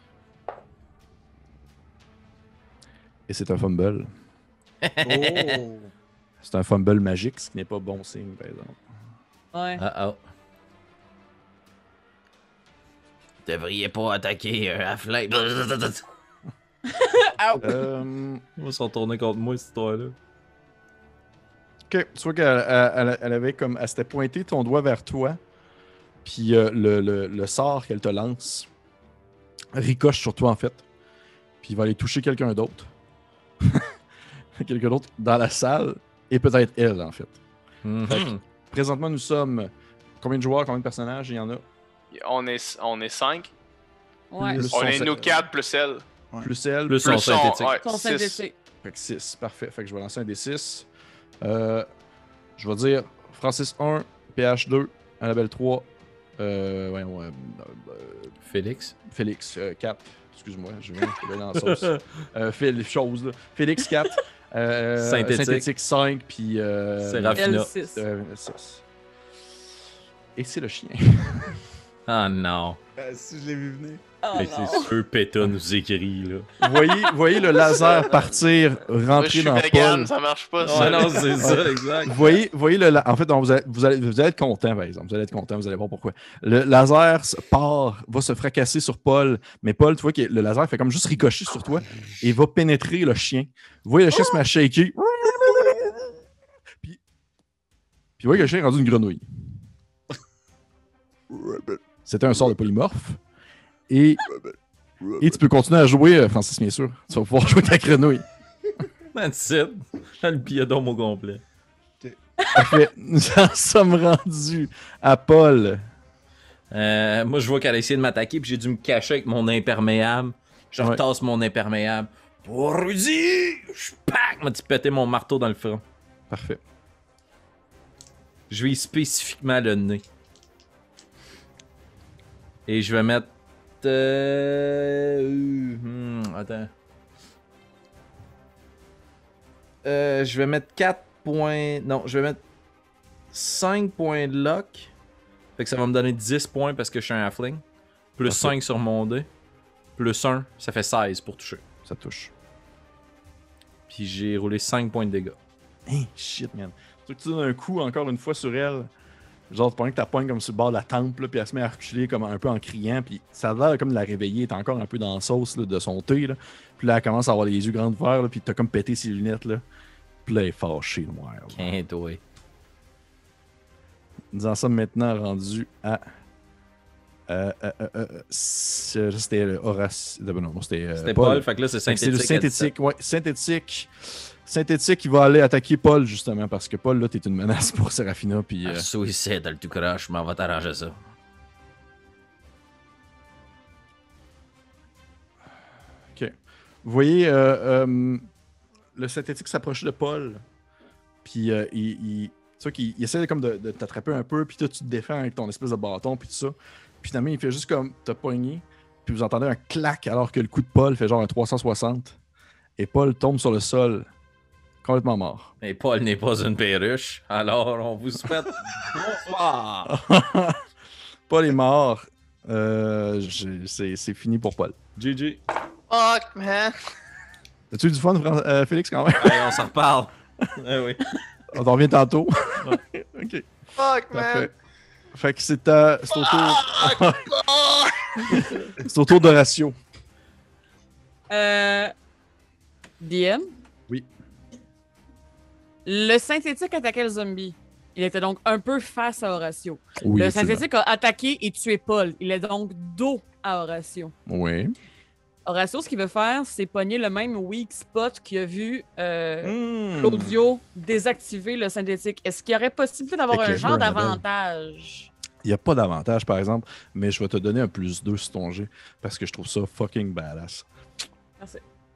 Et c'est un fumble. Oh! C'est un fumble magique, ce qui n'est pas bon signe, par exemple. Ouais. Ah oh. Devriez pas attaquer un half-life. Euh, Ils vont se retourner contre moi, cette histoire-là. ok, tu vois qu'elle elle- elle- elle avait comme. Elle s'était pointé ton doigt vers toi. Puis euh, le, le- le sort qu'elle te lance ricoche sur toi, en fait. Puis il va aller toucher quelqu'un d'autre. quelqu'un d'autre dans la salle. Et peut-être elle, en fait. Mhm. Présentement, nous sommes. Combien de joueurs, combien de personnages il y en a? On est, on est cinq. Ouais. Plus On son est sy- nous quatre plus elle. Plus elle. Plus son Plus son, synthétique. ouais, Son six. synthétique. Fait que six, parfait. Fait que je vais lancer un D six. Euh, je vais dire Francis un, P H deux, Annabelle trois, euh, voyons, euh, euh, Félix. Félix euh, quatre. Excuse-moi, je viens, je suis dans la sauce. Euh, Phil, chose, là. Félix quatre, euh, Synthétique. Synthétique cinq, puis euh, Séraphina. L six. euh, six. Et c'est le chien. Ah non. Euh, si je l'ai vu venir. Oh Mais non. c'est sûr, Péta nous écrit, là. Vous voyez, vous voyez le laser partir, Moi, je rentrer suis dans vegan, Paul. ça marche pas. Ouais, ça. non, c'est ça, exact. Vous voyez, vous voyez le la- en fait, on- vous, allez, vous, allez, vous allez être content, par exemple. Vous allez être content, vous allez voir pourquoi. Le laser se part, va se fracasser sur Paul, mais Paul, tu vois que le laser fait comme juste ricocher sur toi et va pénétrer le chien. Vous voyez le chien se met à shaker. Puis, puis vous voyez que le chien est rendu une grenouille. C'était un sort de polymorphe. Et, et tu peux continuer à jouer, euh, Francis, bien sûr. Tu vas pouvoir jouer ta grenouille. That's it. Le biodôme au complet. Parfait. Nous en sommes rendus à Paul. Euh, moi, je vois qu'elle a essayé de m'attaquer, puis j'ai dû me cacher avec mon imperméable. Je Ouais. retasse mon imperméable. Pour Rudy! Je pack! M'a-tu pété mon marteau dans le front. Parfait. Je vais spécifiquement le nez. Et je vais mettre. Euh... hmm, attends. Euh, je vais mettre quatre points. Non, je vais mettre cinq points de lock. Fait que ça va me donner dix points parce que je suis un halfling. Plus Parfait. cinq sur mon dé. Plus un, ça fait seize pour toucher. Ça touche. Puis j'ai roulé cinq points de dégâts. Hein, shit, man. Tu tu donnes un coup encore une fois sur elle. Genre, pendant que ta poigne comme sur le bord de la tempe, là, puis elle se met à reculer comme un peu en criant, puis ça a l'air comme de la réveiller, t'es encore un peu dans la sauce là, de son thé, là. Puis là, elle commence à avoir les yeux grands ouverts, là, puis t'as comme pété ses lunettes, là. Puis là, elle est fâchée, le noir. Quinte, ouais. Nous en sommes maintenant rendus à... Euh, euh, euh, euh, c'est- c'était le Horace... Non, non, c'était euh, C'était Paul. fait que là c'est Fait que synthétique. C'est le synthétique, ouais. Synthétique. Synthétique, il va aller attaquer Paul, justement, parce que Paul, là, t'es une menace pour Serafina, puis... Ah, euh, suicide, le tout croche, je m'en vais t'arranger ça. Vous voyez, euh, euh, le synthétique s'approche de Paul, puis euh, il, il, tu vois qu'il il essaie comme de, de t'attraper un peu, puis toi, tu te défends avec ton espèce de bâton, puis tout ça. Puis finalement, il fait juste comme te pogner, puis vous entendez un clac, alors que le coup de Paul fait genre un trois cent soixante, et Paul tombe sur le sol, complètement mort. Mais Paul n'est pas une perruche, alors on vous souhaite bonsoir. Paul est mort, Euh, j'ai- c'est c'est fini pour Paul. G G. Fuck, man. As-tu eu du fun, Fran- euh, Félix, quand même? Allez, on s'en reparle. Eh oui. On t'en revient tantôt. Ok, Fuck, man. parfait. Fait que c'est à- c'est au tour... Ah! c'est au tour d'Horatio. Euh... D M? Oui. Le synthétique attaquait le zombie. Il était donc un peu face à Horatio. Oui, le absolument. synthétique a attaqué et tué Paul. Il est donc dos à Horatio. Oui. Horatio, ce qu'il veut faire, c'est pogner le même weak spot qu'il a vu euh, Hmm. Claudio désactiver le synthétique. Est-ce qu'il y aurait possibilité d'avoir Avec un les genre Annabelle. d'avantage? Il n'y a pas d'avantage, par exemple, mais je vais te donner un plus deux sur ton jet parce que je trouve ça fucking badass. Merci.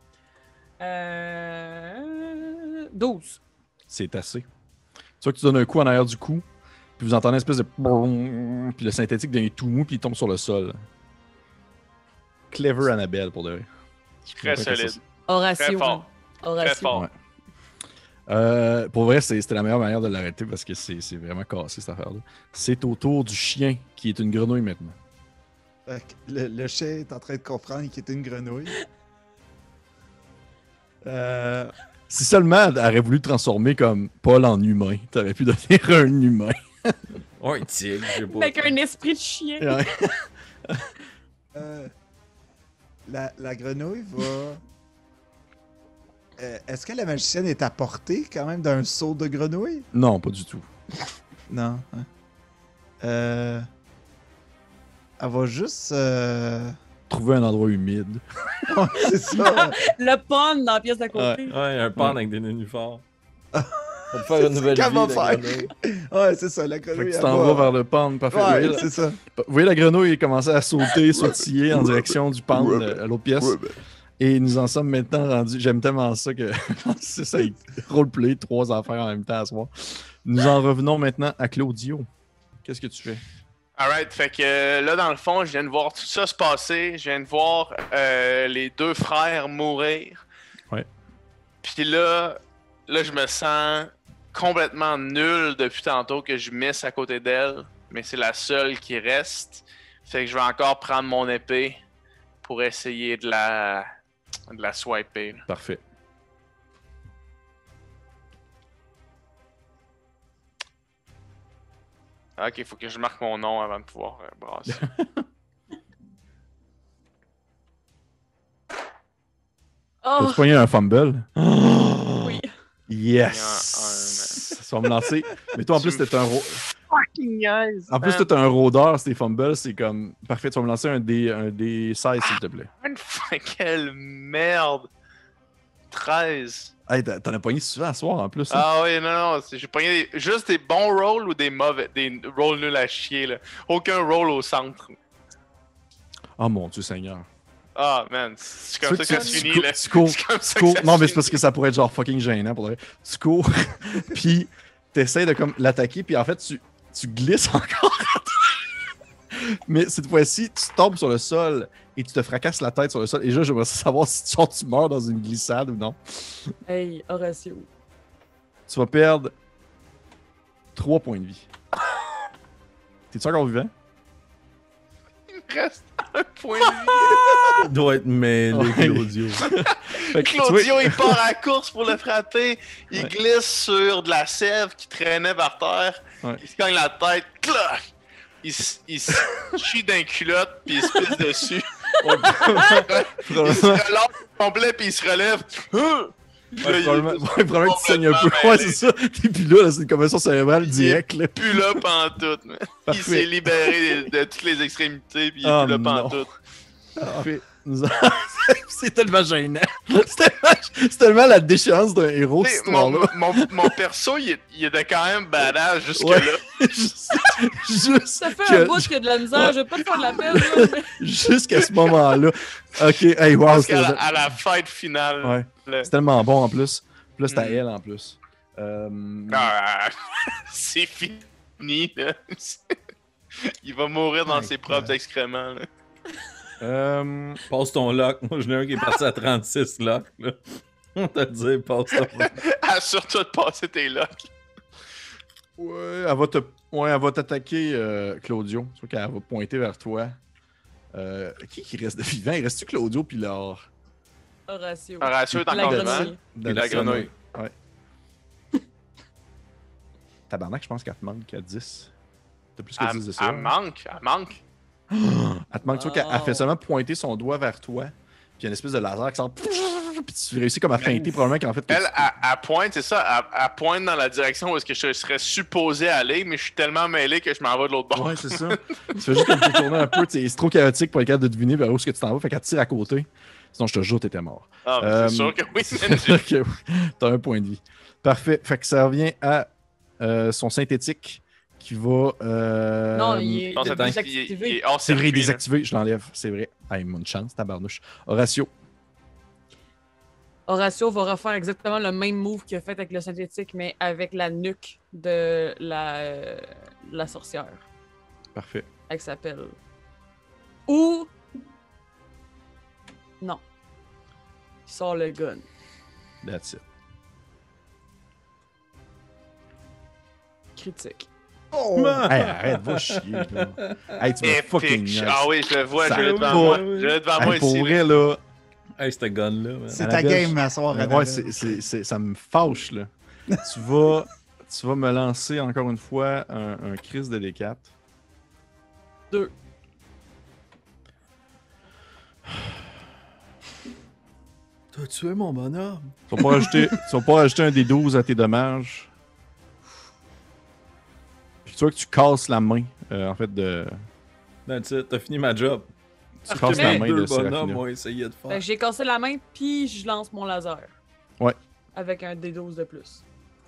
Euh... douze. C'est assez. Tu vois que tu donnes un coup en arrière du coup, puis vous entendez une espèce de... Puis le synthétique devient tout mou, puis il tombe sur le sol. Clever Annabelle, pour de vrai. Très solide. Horatio. Très fort. hein. Horatio. Très fort. Ouais. Euh, pour vrai, c'est- c'était la meilleure manière de l'arrêter parce que c'est c'est vraiment cassé cette affaire-là. C'est au tour du chien qui est une grenouille maintenant. Fait que Le, le chien est en train de comprendre qu'il est une grenouille. Euh, Si seulement elle aurait voulu transformer comme Paul en humain, t'aurais pu devenir un humain. Oh, un tigre, je sais pas. Avec un esprit de chien. Ouais. euh, la, la grenouille va. Euh, Est-ce que la magicienne est à portée quand même d'un saut de grenouille? Non, pas du tout. Non. hein. Euh... Elle va juste. Euh... Trouver un endroit humide. Ouais, c'est ça. Le pun dans la pièce d'à côté. Ouais, un pan avec des nénuphars. Ça va te faire une nouvelle qu'elle vie, va la faire. grenouille. Ouais, c'est ça, la Fait que grenouille. tu elle t'en va- vas vers le panda. Parfait. Vous voyez, Ouais, la- c'est ça. vous voyez la grenouille commencer à sauter, sautiller en direction du panda euh, à l'autre pièce. Et nous en sommes maintenant rendus. J'aime tellement ça que c'est ça, il roleplay trois affaires en même temps à soir. Nous en revenons maintenant à Claudio. Qu'est-ce que tu fais? Alright, fait que euh, là, dans le fond, je viens de voir tout ça se passer. Je viens de voir euh, les deux frères mourir. Ouais. Puis là, là, je me sens complètement nul depuis tantôt que je miss à côté d'elle. Mais c'est la seule qui reste. Fait que je vais encore prendre mon épée pour essayer de la, de la swiper. là. Parfait. Ah, ok, faut que je marque mon nom avant de pouvoir euh, brasser. Oh, T'as-tu pogné un fumble? oui. Yes! Ça va me lancer. Mais toi, en plus, t'es un, ro... Fucking nice! en plus, t'es un rôdeur, ces fumbles, c'est comme. Parfait, tu vas me lancer un D, un D seize, s'il te plaît. Quelle merde! treize. Hey, t'en t'en as pogné souvent à soir en plus. hein? Ah oui, non, non, c'est- j'ai pogné des- juste des bons rolls ou des mauvais, des rolls nuls à chier, là. Aucun roll au centre. Oh mon Dieu Seigneur. Ah, man, c'est comme Tu ça que tu- ça se tu finit, cours- là. tu cours- C'est comme ça Tu que cours- ça se Non, mais c'est finit. parce que ça pourrait être genre fucking gênant pour le vrai. Tu cours, puis t'essayes de comme l'attaquer, puis en fait, tu, tu glisses encore. Mais cette fois-ci, tu tombes sur le sol et tu te fracasses la tête sur le sol. Et là, j'aimerais savoir si tu, genre, tu meurs dans une glissade ou non. Hey, Horatio. Tu vas perdre trois points de vie. T'es-tu encore vivant? Il me reste un point de vie. Il doit être mêlé, Ouais. Claudio. Fait que, tu vois- Claudio, il part à la course pour le frapper. Il Ouais. glisse sur de la sève qui traînait par terre. Ouais. Il se cogne la tête. Clac! Il, s- il se chie d'un culotte, puis il se pisse dessus. Il se relâche complet, puis il se relève. Hein? Puis là, Ouais, il est probablement, ouais, probablement que tu saignes un peu. complètement Ouais, mêlé. c'est ça. T'es plus là, là, c'est une commotion cérébrale direct. Là. plus là pantoute, man. Il Parfait. s'est libéré de, de toutes les extrémités, puis il est Oh, plus là non. pantoute. Parfait. Nous en- c'est tellement gênant. C'est tellement, c'est tellement la déchéance d'un héros, Tu cette sais, mon, histoire-là. mon, mon perso, il, est- il était quand même badass jusque-là. Ouais. juste juste Ça fait que- un bout qu'il y a de la misère. Je vais pas te faire de la peine, là, mais- jusqu'à ce moment-là. Ok, hey, wow, Parce c'était qu'à la, à la fight finale, ouais. là, C'est tellement bon en plus. Puis là, c'est à Mm. elle en plus. Euh, ah, c'est fini. Là. Il va mourir dans My ses God. propres excréments. Là. euh, Passe ton lock. Moi, j'en ai un qui est parti à trente-six locks, là. On t'a dit, passe ton lock. Assure-toi de passer tes locks. ouais, elle va te, ouais, elle va t'attaquer, euh, Claudio. Tu vois qu'elle va pointer vers toi. Euh, qui qui reste de vivant? Il reste-tu Claudio puis Laure? Horatio. Horatio est La encore grenouille. vivant. De La grenouille. Ouais. Tabarnak, je pense qu'elle te manque à dix. T'as plus que Elle, dix de ça. elle manque, elle manque. Elle te manque, tu vois qu'elle elle fait Oh. seulement pointer son doigt vers toi. Puis il y a une espèce de laser qui sort. Puis tu réussis comme à feinter, probablement qu'en fait. que Elle, tu- elle, elle pointe, c'est ça, elle, elle pointe dans la direction où est-ce que je serais supposé aller, mais je suis tellement mêlé que je m'en vais de l'autre bord. Ouais, c'est ça. Tu fais juste comme te tourner un peu. tu sais, C'est trop chaotique pour être capable de deviner vers où est-ce que tu t'en vas. Fait qu'elle tire à côté. Sinon, je te jure, t'étais mort. Ah, mais Euh, c'est sûr que oui, C'est man. sûr que oui. T'as un point de vie. Parfait. Fait que ça revient à euh, son synthétique qui va. euh, Non, il est Non, ça Attends, il- il- désactivé. il est hors C'est vrai, il est circuit, là. désactivé. Je l'enlève. C'est vrai. Ah, il m'a une chance, tabarnouche. Horatio. Horatio va refaire exactement le même move qu'il a fait avec le synthétique, mais avec la nuque de la, euh, la sorcière. Parfait. Elle s'appelle. Ou. Non. Il sort le gun. That's it. Critique. Oh! Hey, arrête, va chier. Là. Hey, tu m'as fucking. Épique. nice. Ah oui, je le vois, Ça je l'ai devant va. moi. Je l'ai devant Hey, moi pour ici. vrai, là. Hey, cette gun-là, man. C'est à ta la belle. game à soir, Ouais, Annabelle. c'est, c'est, c'est- ça me fâche, là. tu, vas, tu vas me lancer encore une fois un, un crise de D quatre. Deux. T'as tué mon bonhomme. Tu vas pas rajouter, tu vas pas rajouter un des douze à tes dommages. Puis tu vois que tu casses la main, euh, en fait, de. That's it, t'as fini ma job. Tu casses la main de Deux bonhommes Sérafina. ont essayé de Fait faire. que j'ai cassé la main, puis je lance mon laser. Ouais. Avec un D douze de plus.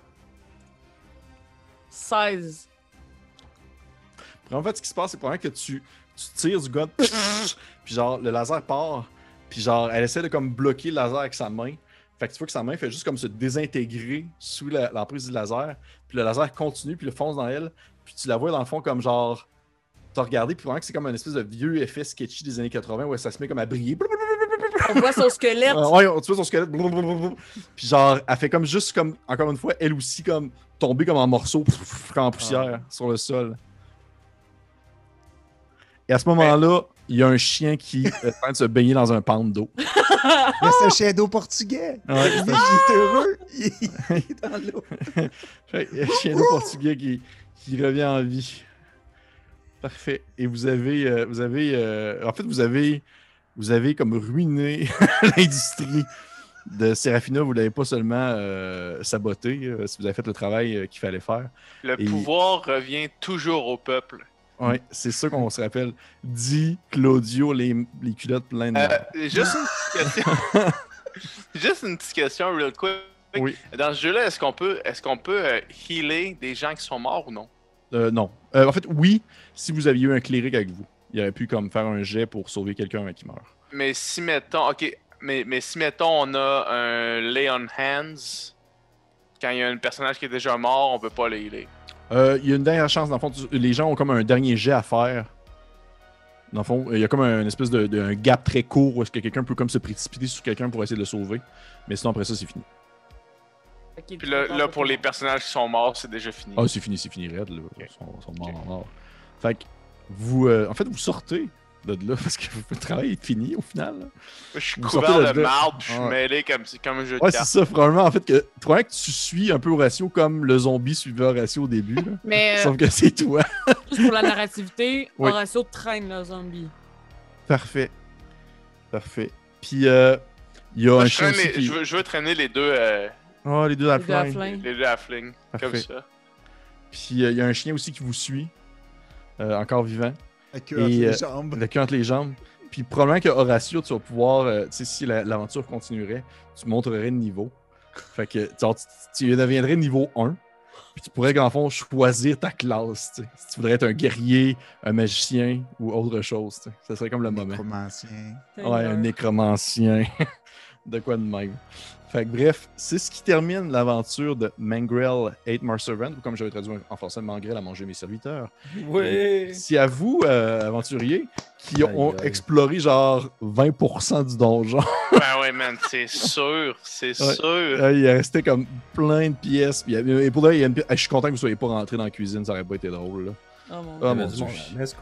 seize. Puis en fait, ce qui se passe, c'est probablement que tu, tu tires du gun, puis genre, le laser part, puis genre, elle essaie de comme bloquer le laser avec sa main. Fait que tu vois que sa main fait juste comme se désintégrer sous la- l'emprise du laser, puis le laser continue, puis le fonce dans elle, puis tu la vois dans le fond comme genre, t'as regardé, puis vraiment que c'est comme un espèce de vieux effet sketchy des années quatre-vingts où ça se met comme à briller. On voit son squelette. Ah ouais, tu vois son squelette. Blablabla. Puis genre, elle fait comme juste comme, encore une fois, elle aussi comme tomber comme en morceaux, en poussière sur le sol. Et à ce moment-là, il y a un chien qui est en train de se baigner dans un pente d'eau. Mais c'est un shadow portugais. Ouais, Il c'est est un- heureux. Il est dans l'eau. Fait que, euh, chien d'eau portugais qui, qui revient en vie. Parfait. Et vous avez, euh, vous avez, euh, en fait, vous avez, vous avez comme ruiné l'industrie de Sérafina. Vous l'avez pas seulement euh, saboté, euh, si vous avez fait le travail euh, qu'il fallait faire. Le Et- pouvoir revient toujours au peuple. Ouais, c'est ça qu'on se rappelle. Dit Claudio, les, les culottes pleines de Euh, marde. juste une petite question. Juste une petite question, real quick. Oui. Dans ce jeu-là, est-ce qu'on peut, est-ce qu'on peut euh, healer des gens qui sont morts ou non? Euh, non. Euh, en fait, oui, si vous aviez eu un cléric avec vous. Il aurait pu comme faire un jet pour sauver quelqu'un avant qu'il meure. Mais si mettons, ok, mais, mais si mettons on a un lay on hands, quand il y a un personnage qui est déjà mort, on peut pas le healer. Euh, il y a une dernière chance, dans le fond, tu- les gens ont comme un dernier jet à faire. Dans le fond, il y a comme un, une espèce de, de un gap très court où est-ce que quelqu'un peut comme se précipiter sur quelqu'un pour essayer de le sauver. Mais sinon, après ça, c'est fini. Ok, Puis là, là, pour les personnages qui sont morts, c'est déjà fini. Ah, c'est fini, c'est fini, raide, là. Ils sont, sont morts en mort. Fait que, vous, euh, en fait, vous sortez de là parce que votre travail est fini au final. là. Je suis vous couvert sortez de de là. marde, puis je suis Ouais. mêlé comme, comme un jeu de Ouais, c'est cartes. ça, probablement, en fait, que, probablement que tu suis un peu Horatio comme le zombie suivait Horatio au début, là. Mais euh, Sauf que c'est toi. juste pour la narrativité, Oui. Horatio traîne le zombie. Parfait. Parfait. Puis, euh, il y a Moi, un je, chien traîne aussi les- qui... je, veux, je veux traîner les deux, euh, Oh, les deux Les deux halflings. halflings. les deux halflings, comme Parfait. ça. Puis, euh, il y a un chien aussi qui vous suit, euh, encore vivant, La queue entre Et, les euh, jambes. le cul entre les jambes. Puis, probablement que Horatio, tu vas pouvoir, euh, tu sais, si la- l'aventure continuerait, tu monterais de niveau. Fait que, genre, tu, tu deviendrais niveau un. Puis, tu pourrais, en fond, choisir ta classe, tu sais. Si tu voudrais être un guerrier, un magicien ou autre chose, tu sais. Ça serait comme le moment. Nécromancien. Ouais, un nécromancien. De quoi de même. Fait que bref, c'est ce qui termine l'aventure de Mangrel Ate My Servant, ou comme j'avais traduit en français, Mangrel a mangé mes serviteurs. Oui. C'est à vous, euh, aventuriers, qui Aïe, ont aïe. exploré genre vingt pour cent du donjon. Ben ouais, man, c'est sûr, c'est Ouais. sûr. Euh, il restait comme plein de pièces. Puis, il y a- et pour là, il y a une pi- Ah, je suis content que vous soyez pas rentré dans la cuisine, ça aurait pas été drôle. Là. Oh mon Ah, dieu. mon Dieu. Mais c'est quoi?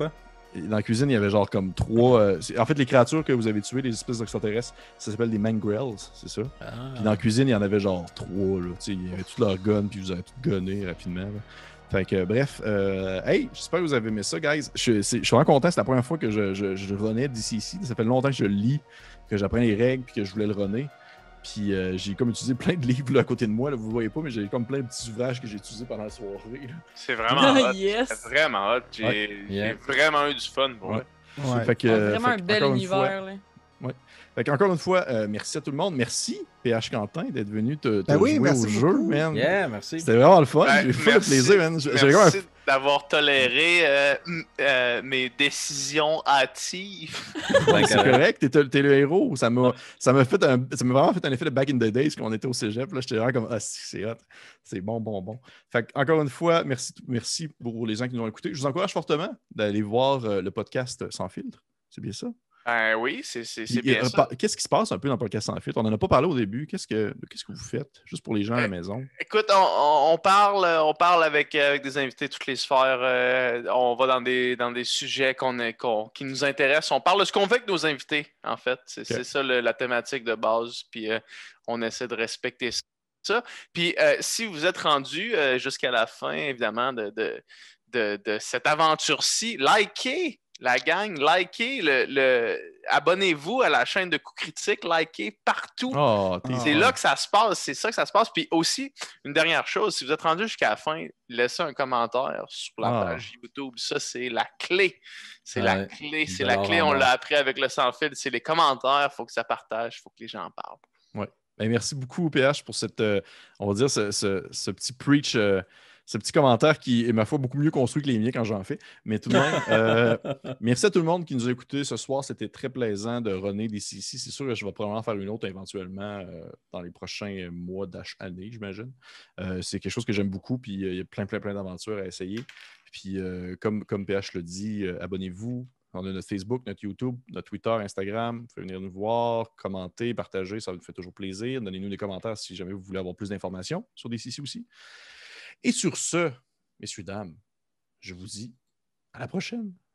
dans la cuisine, il y avait genre comme trois. euh, c'est- en fait, les créatures que vous avez tuées, les espèces d'extraterrestres, ça s'appelle des mangrels, c'est ça. Ah. Puis dans la cuisine, il y en avait genre trois. Là, tu sais, il y avait tous leurs guns, puis vous avez tout gunné rapidement. Là. Fait que, bref, euh, hey, j'espère que vous avez aimé ça, guys. Je, c'est- je suis vraiment content. C'est la première fois que je, je, je runnais d'ici ici. Ça fait longtemps que je le lis, que j'apprends les règles, puis que je voulais le runner. Puis euh, j'ai comme utilisé plein de livres là, à côté de moi. Là, vous voyez pas, mais j'ai comme plein de petits ouvrages que j'ai utilisés pendant la soirée. Là. C'est vraiment hot. Yes. C'est vraiment hot. J'ai Ouais. j'ai Yeah. vraiment eu du fun pour Ouais. vrai. Ouais. Fait que, Ah, euh, vraiment fait un que, bel encore une fois- univers. Là. Fait qu'encore une fois, euh, merci à tout le monde. Merci, P H Quentin, d'être venu te, te Ben oui, jouer merci au jeu, beaucoup. man. Yeah, merci. C'était vraiment le fun. Ben, J'ai eu full de merci- plaisir, man. J'ai- J'avais comme un Merci d'avoir toléré euh, m- euh, mes décisions hâtives. Ben, c'est correct. correct, t'es, t'es le héros. Ça m'a, ça m'a fait un, ça m'a vraiment fait un effet de back in the days quand on était au cégep. Là, j'étais vraiment comme, ah, si, c'est hot. C'est bon, bon, bon. Fait que, encore une fois, merci, merci pour les gens qui nous ont écoutés. Je vous encourage fortement d'aller voir euh, le podcast Sans filtre. C'est bien ça. Ben oui, c'est c'est- c'est Puis, bien euh, ça. par- Qu'est-ce qui se passe un peu dans le podcast Sans filtre? On n'en a pas parlé au début. Qu'est-ce que, qu'est-ce que vous faites? Juste pour les gens à la Euh, maison. Écoute, on, on- on parle, on parle avec, euh, avec des invités de toutes les sphères. euh, on va dans des, dans des sujets qu'on est- qu'on- qui nous intéressent. On parle de ce qu'on fait avec nos invités, en fait. C'est c'est ça le- la thématique de base. Puis euh, on essaie de respecter ça. Puis euh, si vous êtes rendu euh, jusqu'à la fin, évidemment, de, de, de, de cette aventure-ci, likez la gang, likez le, le- abonnez-vous à la chaîne de Coups Critiques, likez partout. Oh, t'es Ah, C'est ouais. là que ça se passe, c'est ça que ça se passe. Puis aussi, une dernière chose, si vous êtes rendu jusqu'à la fin, laissez un commentaire sur la Ah. page YouTube. Ça, c'est la clé. C'est Ouais. la clé, c'est la Dollar clé. en On or. l'a appris avec le sans fil. C'est les commentaires, il faut que ça partage, il faut que les gens en parlent. Ben, merci beaucoup, P H, pour cette, euh, on va dire, ce, ce- ce petit preach, euh, ce petit commentaire qui est, ma foi, beaucoup mieux construit que les miens quand j'en fais. Mais tout de même, euh, merci à tout le monde qui nous a écoutés ce soir. C'était très plaisant de runner des C C. C'est sûr que je vais probablement faire une autre éventuellement euh, dans les prochains mois d'année, j'imagine. Euh, c'est quelque chose que j'aime beaucoup, puis euh, il y a plein, plein, plein d'aventures à essayer. Puis, euh, comme, comme P H le dit, euh, abonnez-vous. On a notre Facebook, notre YouTube, notre Twitter, Instagram. Vous pouvez venir nous voir, commenter, partager. Ça nous fait toujours plaisir. Donnez-nous des commentaires si jamais vous voulez avoir plus d'informations sur des C C aussi. Et sur ce, messieurs, dames, je vous dis à la prochaine.